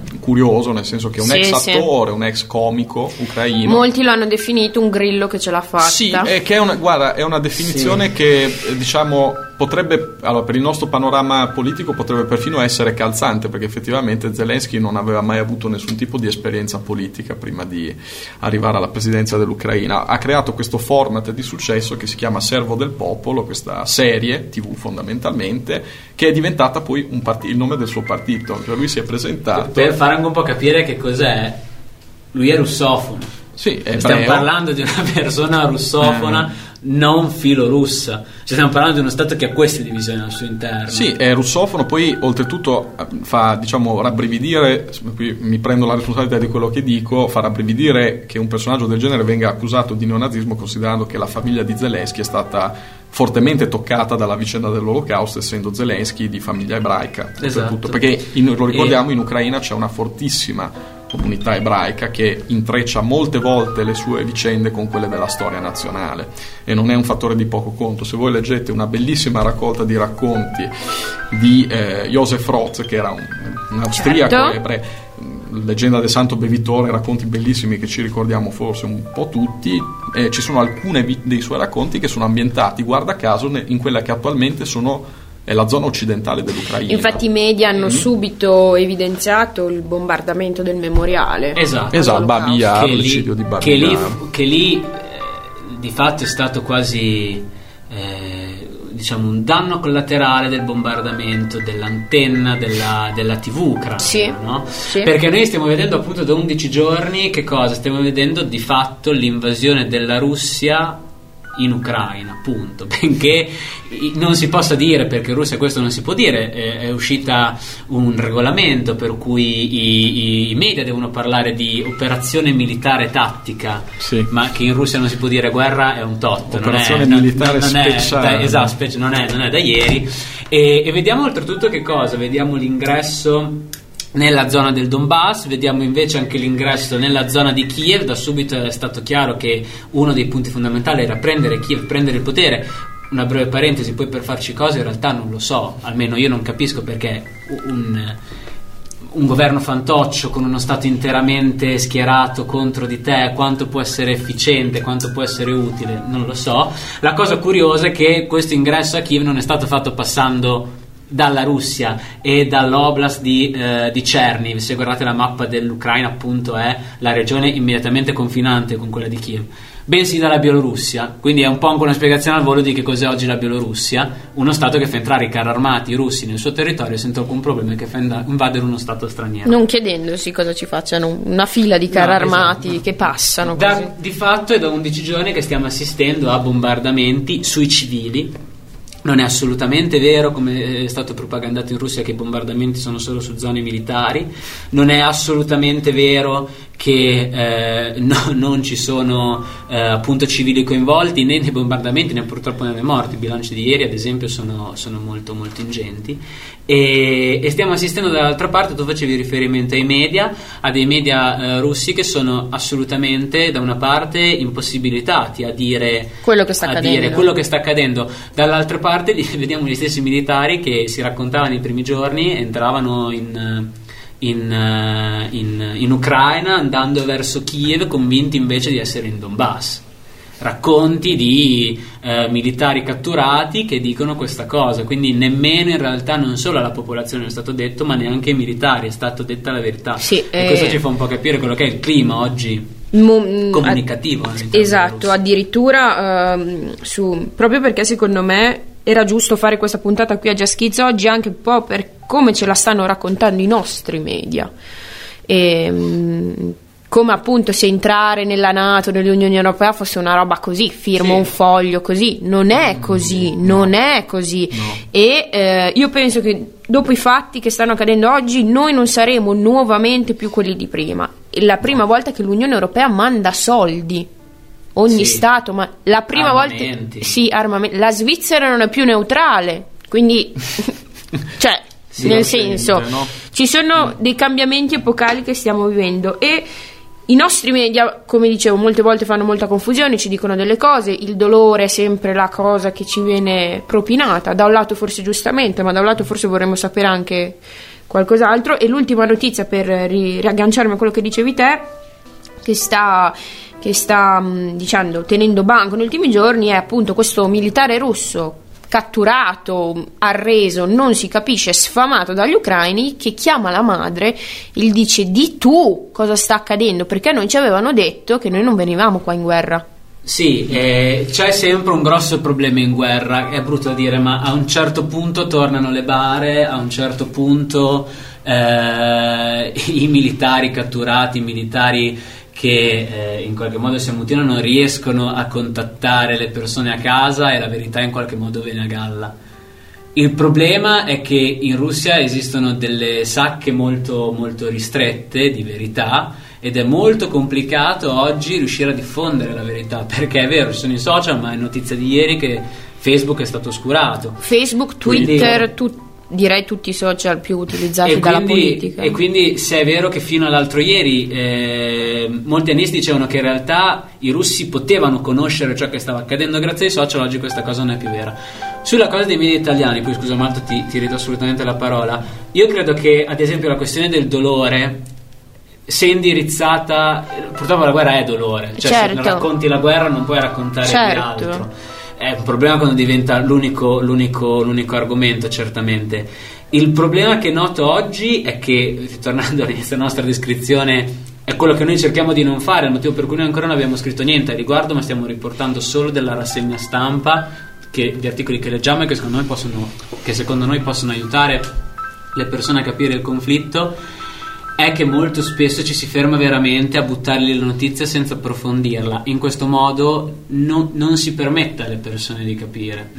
S2: curioso, nel senso che è un ex attore, un ex comico ucraino.
S1: Molti lo hanno definito un grillo che ce l'ha fatta.
S2: Sì, che è una definizione che diciamo potrebbe, allora, per il nostro panorama politico potrebbe perfino essere calzante, perché effettivamente Zelensky non aveva mai avuto nessun tipo di esperienza politica prima di arrivare alla presidenza dell'Ucraina. Ha creato questo format di successo che si chiama Servo del Popolo, questa serie TV fondamentalmente, che è diventata poi il nome del suo partito. Cioè lui si è presentato
S3: per fare anche un po' capire che cos'è. Lui è russofono.
S2: Sì,
S3: stiamo parlando di una persona russofona, non filorussa. Stiamo parlando di uno stato che ha queste divisioni al suo interno.
S2: Sì, è russofono, poi oltretutto fa, diciamo, rabbrividire, qui mi prendo la responsabilità di quello che dico, fa rabbrividire che un personaggio del genere venga accusato di neonazismo, considerando che la famiglia di Zelensky è stata fortemente toccata dalla vicenda dell'Olocausto, essendo Zelensky di famiglia ebraica.
S3: Esatto.
S2: Perché lo ricordiamo, in Ucraina c'è una fortissima comunità ebraica che intreccia molte volte le sue vicende con quelle della storia nazionale, e non è un fattore di poco conto. Se voi leggete una bellissima raccolta di racconti di Josef Rotz, che era un austriaco ebreo, Leggenda del Santo Bevitore, racconti bellissimi che ci ricordiamo forse un po' tutti, ci sono alcuni dei suoi racconti che sono ambientati, guarda caso, in quella che attualmente è la zona occidentale dell'Ucraina.
S1: Infatti i media hanno subito evidenziato il bombardamento del memoriale.
S3: Esatto,
S2: Babi Yar, l'eccidio di Babi Yar.
S3: Che lì di fatto è stato quasi diciamo un danno collaterale del bombardamento dell'antenna della TV ucraina, no?
S1: Sì.
S3: Perché noi stiamo vedendo appunto da 11 giorni che cosa? Stiamo vedendo di fatto l'invasione della Russia in Ucraina, punto. Benché non si possa dire, perché in Russia questo non si può dire, è uscita un regolamento per cui i media devono parlare di operazione militare tattica, ma che in Russia non si può dire guerra è un tot,
S2: operazione militare speciale.
S3: Esatto, non è da ieri. E vediamo oltretutto che cosa? Vediamo l'ingresso nella zona del Donbass, vediamo invece anche l'ingresso nella zona di Kiev. Da subito è stato chiaro che uno dei punti fondamentali era prendere Kiev, prendere il potere. Una breve parentesi, poi per farci cose in realtà non lo so, almeno io non capisco perché un governo fantoccio con uno stato interamente schierato contro di te quanto può essere efficiente, quanto può essere utile, non lo so. La cosa curiosa è che questo ingresso a Kiev non è stato fatto passando dalla Russia e dall'oblast di Cherniv. Se guardate la mappa dell'Ucraina, appunto, è la regione immediatamente confinante con quella di Kiev, bensì dalla Bielorussia. Quindi è un po' anche una spiegazione al volo di che cos'è oggi la Bielorussia, uno stato che fa entrare i carri armati russi nel suo territorio senza alcun problema, che fa invadere uno stato straniero,
S1: non chiedendosi cosa ci facciano, una fila di carri armati, esatto, che passano così.
S3: Di fatto è da 11 giorni che stiamo assistendo a bombardamenti sui civili. Non è assolutamente vero, come è stato propagandato in Russia, che i bombardamenti sono solo su zone militari. Non è assolutamente vero che non ci sono appunto civili coinvolti né nei bombardamenti né purtroppo nelle morti. I bilanci di ieri ad esempio sono molto molto ingenti, e stiamo assistendo dall'altra parte. Tu facevi riferimento ai media, a dei media russi che sono assolutamente da una parte impossibilitati a dire
S1: quello che sta
S3: accadendo, dall'altra parte vediamo gli stessi militari che si raccontavano i primi giorni, entravano in Ucraina andando verso Kiev, convinti invece di essere in Donbass. Racconti di militari catturati che dicono questa cosa, quindi nemmeno in realtà non solo alla popolazione è stato detto, ma neanche ai militari è stato detta la verità. E questo ci fa un po' capire quello che è il clima oggi comunicativo.
S1: Esatto, addirittura proprio perché secondo me era giusto fare questa puntata qui a Just Kids oggi, anche un po' per come ce la stanno raccontando i nostri media, come appunto se entrare nella NATO, nell'Unione Europea fosse una roba così, firmo un foglio così. Non è così, non è così. E io penso che dopo i fatti che stanno accadendo oggi noi non saremo nuovamente più quelli di prima. È la prima volta che l'Unione Europea manda soldi, ogni stato, ma la prima
S3: armamenti.
S1: Volta la Svizzera non è più neutrale, quindi cioè nel senso, no? Ci sono dei cambiamenti epocali che stiamo vivendo, e i nostri media, come dicevo, molte volte fanno molta confusione, ci dicono delle cose, il dolore è sempre la cosa che ci viene propinata, da un lato forse giustamente, ma da un lato forse vorremmo sapere anche qualcos'altro. E l'ultima notizia, per riagganciarmi a quello che dicevi te, che sta diciamo tenendo banco negli ultimi giorni, è appunto questo militare russo catturato, arreso, non si capisce, sfamato dagli ucraini, che chiama la madre e gli dice: di tu cosa sta accadendo, perché noi ci avevano detto che noi non venivamo qua in guerra.
S3: Sì, c'è sempre un grosso problema in guerra, è brutto da dire, ma a un certo punto tornano le bare, a un certo punto i militari catturati, i militari che in qualche modo si ammutinano, riescono a contattare le persone a casa e la verità in qualche modo viene a galla. Il problema è che in Russia esistono delle sacche molto, molto ristrette di verità, ed è molto complicato oggi riuscire a diffondere la verità, perché è vero, ci sono i social, ma è notizia di ieri che Facebook è stato oscurato.
S1: Facebook, Twitter, direi tutti i social più utilizzati dalla politica.
S3: E quindi, se è vero che fino all'altro ieri molti analisti dicevano che in realtà i russi potevano conoscere ciò che stava accadendo grazie ai social, oggi questa cosa non è più vera. Sulla cosa dei media italiani, poi scusa Malto, ti ridò assolutamente la parola. Io credo che ad esempio la questione del dolore, se indirizzata, purtroppo la guerra è dolore, cioè
S1: certo,
S3: se racconti la guerra non puoi raccontare di altro. È un problema quando diventa l'unico argomento, certamente. Il problema che noto oggi è che, tornando all'inizio nostra descrizione, è quello che noi cerchiamo di non fare, il motivo per cui noi ancora non abbiamo scritto niente a riguardo, ma stiamo riportando solo della rassegna stampa, di articoli che leggiamo e che secondo noi possono aiutare le persone a capire il conflitto. È che molto spesso ci si ferma veramente a buttargli la notizia senza approfondirla. In questo modo non si permette alle persone di capire.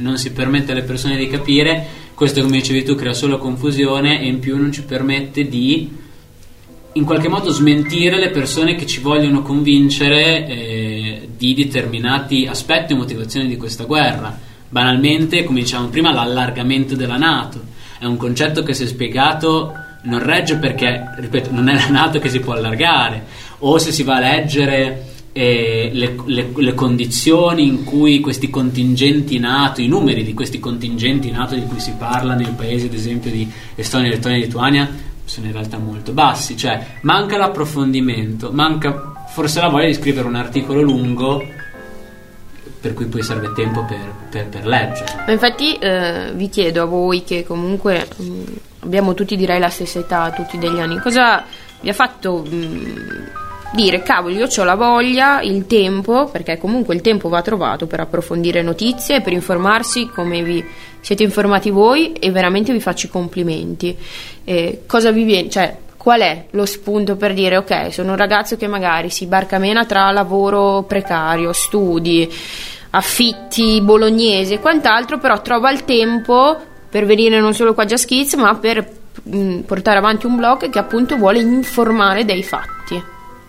S3: Questo, come dicevi tu, crea solo confusione, e in più non ci permette di in qualche modo smentire le persone che ci vogliono convincere di determinati aspetti e motivazioni di questa guerra. Banalmente, come dicevamo prima, l'allargamento della NATO è un concetto che, se spiegato, non regge, perché, ripeto, non è la NATO che si può allargare. O se si va a leggere le condizioni in cui questi contingenti NATO, i numeri di questi contingenti NATO di cui si parla nei paesi, ad esempio, di Estonia, Lettonia e Lituania, sono in realtà molto bassi. Cioè manca l'approfondimento, manca forse la voglia di scrivere un articolo lungo, per cui poi serve tempo per leggere.
S1: Ma infatti vi chiedo a voi, che comunque abbiamo tutti, direi, la stessa età, tutti degli anni, cosa vi ha fatto dire: cavolo, io c'ho la voglia, il tempo, perché comunque il tempo va trovato per approfondire notizie, per informarsi come vi siete informati voi, e veramente vi faccio i complimenti. Cosa vi viene, cioè qual è lo spunto per dire: ok, sono un ragazzo che magari si barcamena tra lavoro precario, studi, affitti bolognesi e quant'altro, però trova il tempo per venire non solo qua a Just Kids, ma per portare avanti un blog che appunto vuole informare dei fatti.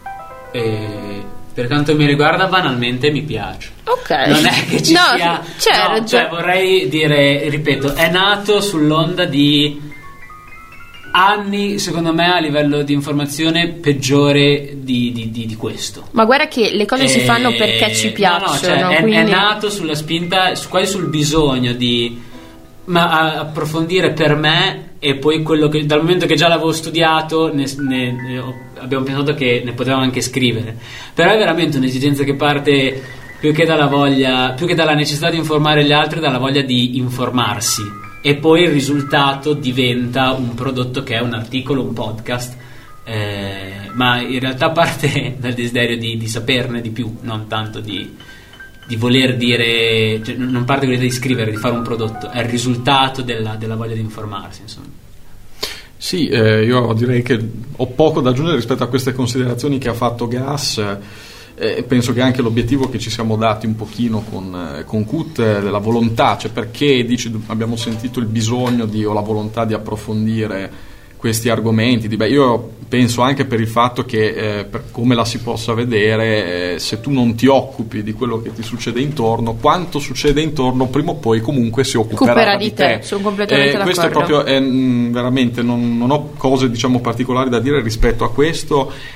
S3: Per quanto mi riguarda, banalmente mi piace.
S1: Ok.
S3: Non è che ci sia,
S1: certo.
S3: No, cioè vorrei dire, ripeto, è nato sull'onda di anni, secondo me, a livello di informazione peggiore di questo.
S1: Ma guarda che le cose si fanno perché ci piacciono.
S3: Cioè,
S1: quindi
S3: è nato sulla spinta, quasi sul bisogno di approfondire per me, e poi quello che, dal momento che già l'avevo studiato, abbiamo pensato che ne potevamo anche scrivere. Però è veramente un'esigenza che parte più che dalla necessità di informare gli altri, dalla voglia di informarsi, e poi il risultato diventa un prodotto che è un articolo, un podcast, ma in realtà parte dal desiderio di saperne di più, non tanto di voler dire, cioè, non parte con l'idea di scrivere, di fare un prodotto, è il risultato della voglia di informarsi, insomma.
S2: Sì, io direi che ho poco da aggiungere rispetto a queste considerazioni che ha fatto Gas. Penso che anche l'obiettivo che ci siamo dati un pochino con CUT, la volontà, cioè perché abbiamo sentito il bisogno o la volontà di approfondire questi argomenti, io penso anche per il fatto che per come la si possa vedere, se tu non ti occupi di quello che ti succede intorno, quanto succede intorno prima o poi comunque si occuperà di te.
S1: Sono completamente d'accordo.
S2: Questo è proprio veramente, non ho cose particolari da dire rispetto a questo.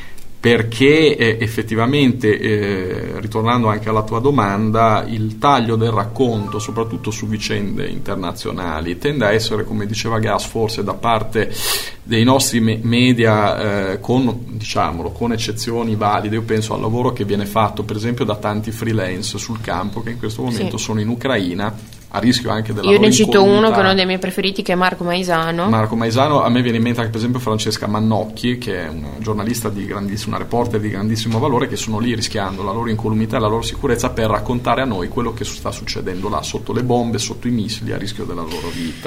S2: perché effettivamente, ritornando anche alla tua domanda, il taglio del racconto, soprattutto su vicende internazionali, tende a essere, come diceva Gas, forse da parte dei nostri media, con eccezioni valide. Io penso al lavoro che viene fatto per esempio da tanti freelance sul campo che in questo momento sono in Ucraina, a rischio anche della loro
S1: incolumità. Io ne cito uno che è uno dei miei preferiti, che è Marco Maisano. A me viene in mente anche per esempio Francesca Mannocchi, che è una giornalista una reporter di grandissimo valore, che sono lì rischiando la loro incolumità e la loro sicurezza per raccontare a noi quello che sta succedendo là, sotto le bombe, sotto i missili, a rischio della loro vita.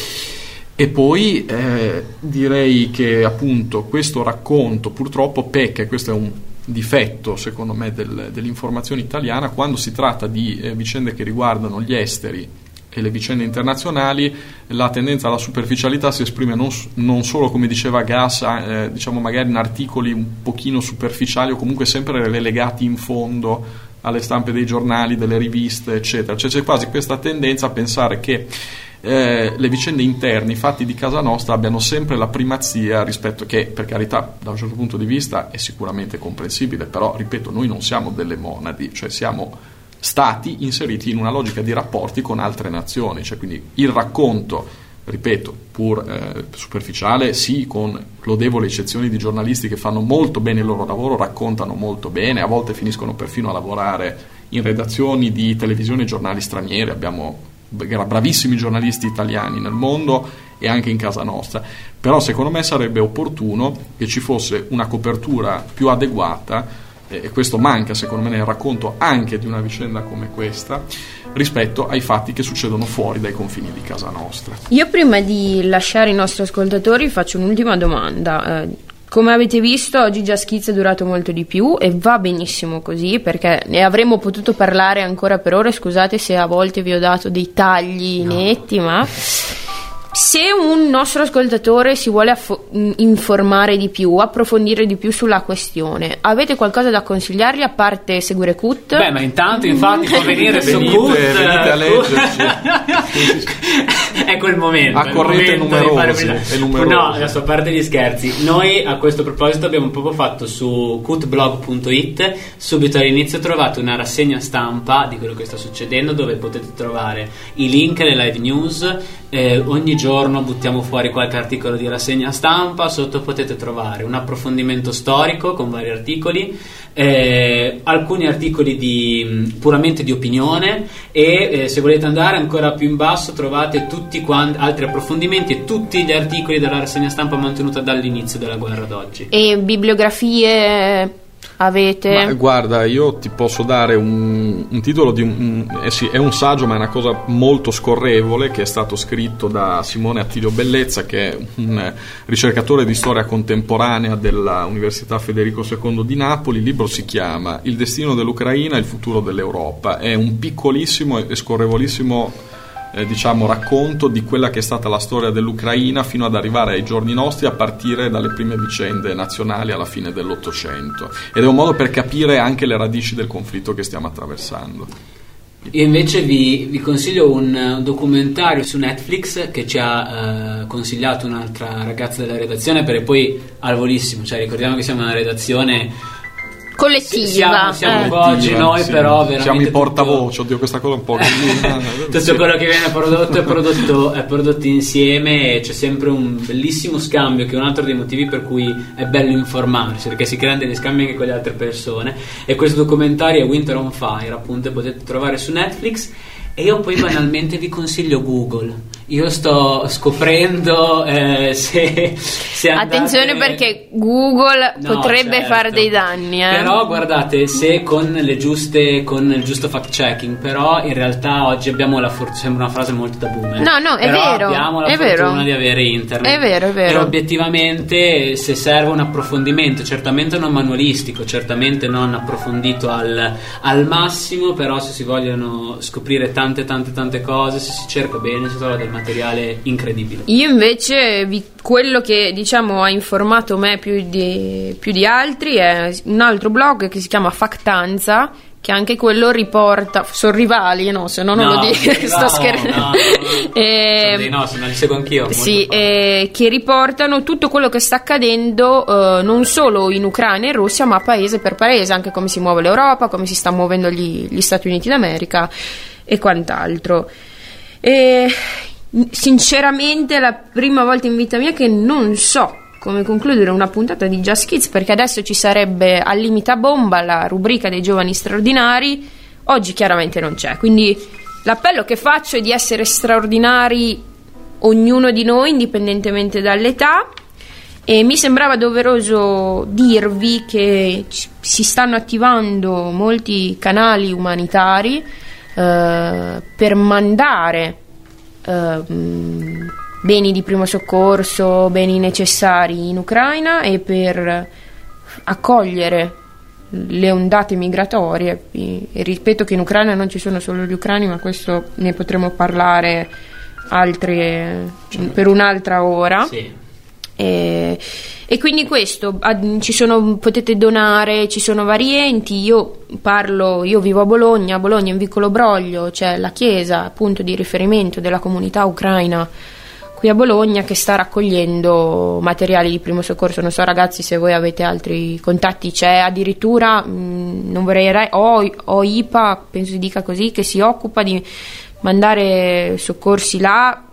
S1: E poi direi che appunto questo racconto purtroppo pecca, e questo è un difetto secondo me dell'informazione italiana, quando si tratta di vicende che riguardano gli esteri e le vicende internazionali. La tendenza alla superficialità si esprime non solo, come diceva Gas, magari in articoli un pochino superficiali o comunque sempre relegati in fondo alle stampe dei giornali, delle riviste, eccetera. Cioè c'è quasi questa tendenza a pensare che le vicende interne, i fatti di casa nostra abbiano sempre la primazia rispetto, che per carità da un certo punto di vista è sicuramente comprensibile, però ripeto, noi non siamo delle monadi, cioè siamo stati inseriti in una logica di rapporti con altre nazioni, cioè quindi il racconto, ripeto, pur superficiale, sì, con lodevoli eccezioni di giornalisti che fanno molto bene il loro lavoro, raccontano molto bene, a volte finiscono perfino a lavorare in redazioni di televisione e giornali stranieri. Abbiamo bravissimi giornalisti italiani nel mondo e anche in casa nostra, però secondo me sarebbe opportuno che ci fosse una copertura più adeguata, e questo manca secondo me nel racconto anche di una vicenda come questa, rispetto ai fatti che succedono fuori dai confini di casa nostra. Io prima di lasciare i nostri ascoltatori faccio un'ultima domanda. Come avete visto, oggi Just Kids è durato molto di più e va benissimo così, perché ne avremmo potuto parlare ancora per ore. Scusate se a volte vi ho dato dei tagli netti, ma se un nostro ascoltatore si vuole informare di più, approfondire di più sulla questione, avete qualcosa da consigliargli a parte seguire Cut?
S3: Beh, ma intanto infatti può venire su Cut,
S2: venite a leggerci.
S3: Ecco il momento,
S2: accorrete numerosi.
S3: No, adesso a parte gli scherzi, noi a questo proposito abbiamo proprio fatto su cutblog.it, subito all'inizio trovate una rassegna stampa di quello che sta succedendo, dove potete trovare i link alle live news. Ogni giorno buttiamo fuori qualche articolo di rassegna stampa, sotto potete trovare un approfondimento storico con vari articoli, alcuni articoli puramente di opinione, e se volete andare ancora più in basso trovate tutti altri approfondimenti e tutti gli articoli della rassegna stampa mantenuta dall'inizio della guerra ad oggi.
S1: E bibliografie avete?
S2: Ma guarda, io ti posso dare un titolo di sì, è un saggio, ma è una cosa molto scorrevole, che è stato scritto da Simone Attilio Bellezza, che è un ricercatore di storia contemporanea della Università Federico II di Napoli. Il libro si chiama Il destino dell'Ucraina e il futuro dell'Europa. È un piccolissimo e scorrevolissimo racconto di quella che è stata la storia dell'Ucraina fino ad arrivare ai giorni nostri, a partire dalle prime vicende nazionali alla fine dell'Ottocento, ed è un modo per capire anche le radici del conflitto che stiamo attraversando.
S3: Io invece vi consiglio un documentario su Netflix che ci ha consigliato un'altra ragazza della redazione, perché poi al volissimo, cioè ricordiamo che siamo una redazione
S1: collettiva,
S3: siamo un po' oggi noi, sì, però veramente
S2: siamo i portavoce. Oddio, questa cosa è un po'
S3: tutto quello che viene prodotto è prodotto insieme, e c'è sempre un bellissimo scambio, che è un altro dei motivi per cui è bello informarsi, perché si creano degli scambi anche con le altre persone. E questo documentario è Winter on Fire, appunto, potete trovare su Netflix. E io poi banalmente vi consiglio Google. Io sto scoprendo se andate...
S1: Attenzione, perché Google potrebbe fare dei danni,
S3: Però guardate, se con il giusto fact checking, però in realtà oggi abbiamo sembra una frase molto da boomer.
S1: No, è
S3: però
S1: vero.
S3: Abbiamo la fortuna di avere internet.
S1: È vero.
S3: E obiettivamente, se serve un approfondimento, certamente non manualistico, certamente non approfondito al massimo, però se si vogliono scoprire tante cose, se si cerca bene, si trova del materiale incredibile.
S1: Io invece quello che ha informato me più di altri è un altro blog che si chiama Factanza, che anche quello riporta, sono rivali, no? Se no non lo dico, sto scherzando.
S3: No, se non li seguo anch'io.
S1: Sì, che riportano tutto quello che sta accadendo non solo in Ucraina e in Russia, ma paese per paese, anche come si muove l'Europa, come si sta muovendo gli Stati Uniti d'America e quant'altro. Sinceramente è la prima volta in vita mia che non so come concludere una puntata di Just Kids, perché adesso ci sarebbe al limite a bomba la rubrica dei giovani straordinari. Oggi chiaramente non c'è, quindi l'appello che faccio è di essere straordinari ognuno di noi, indipendentemente dall'età, e mi sembrava doveroso dirvi che si stanno attivando molti canali umanitari per mandare beni di primo soccorso, beni necessari in Ucraina, e per accogliere le ondate migratorie. E ripeto che in Ucraina non ci sono solo gli ucraini, ma questo ne potremo parlare per un'altra ora.
S3: Sì.
S1: E quindi questo, potete donare, ci sono vari enti. Io vivo a Bologna in Vicolo Broglio c'è la chiesa, punto di riferimento della comunità ucraina qui a Bologna, che sta raccogliendo materiali di primo soccorso. Non so ragazzi se voi avete altri contatti, c'è addirittura non vorrei IPA, penso si dica così, che si occupa di mandare soccorsi là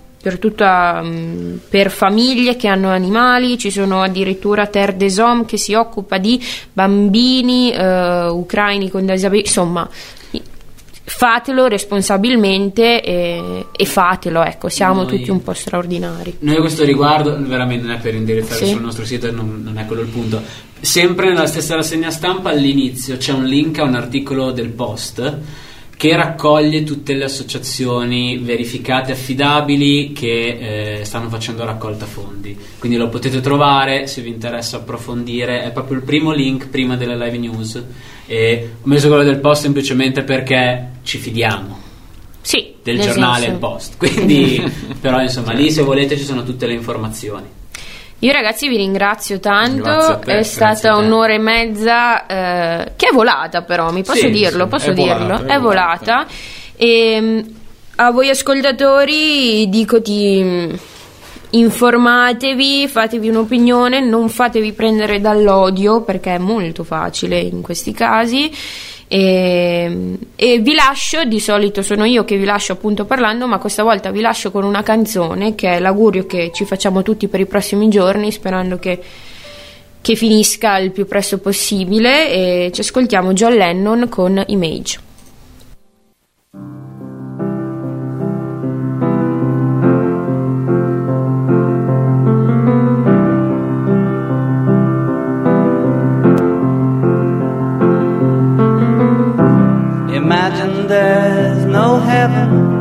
S1: per famiglie che hanno animali. Ci sono addirittura Terre des Hommes che si occupa di bambini ucraini con disabilità. Insomma, fatelo responsabilmente e fatelo, ecco, siamo tutti un po' straordinari.
S3: Noi a questo riguardo, veramente non è per indirizzare sul nostro sito, non è quello il punto. Sempre nella stessa rassegna stampa all'inizio c'è un link a un articolo del Post che raccoglie tutte le associazioni verificate, affidabili, che stanno facendo raccolta fondi, quindi lo potete trovare se vi interessa approfondire. È proprio il primo link prima delle live news, e ho messo quello del Post semplicemente perché ci fidiamo del giornale Il Post, quindi però insomma lì se volete ci sono tutte le informazioni.
S1: Io ragazzi vi ringrazio tanto, è stata un'ora e mezza che è volata, però posso dirlo, è volata. E a voi ascoltatori dico informatevi, fatevi un'opinione, non fatevi prendere dall'odio, perché è molto facile in questi casi. E vi lascio, di solito sono io che vi lascio appunto parlando, ma questa volta vi lascio con una canzone che è l'augurio che ci facciamo tutti per i prossimi giorni, sperando che finisca il più presto possibile, e ci ascoltiamo John Lennon con Image.
S9: Imagine there's no heaven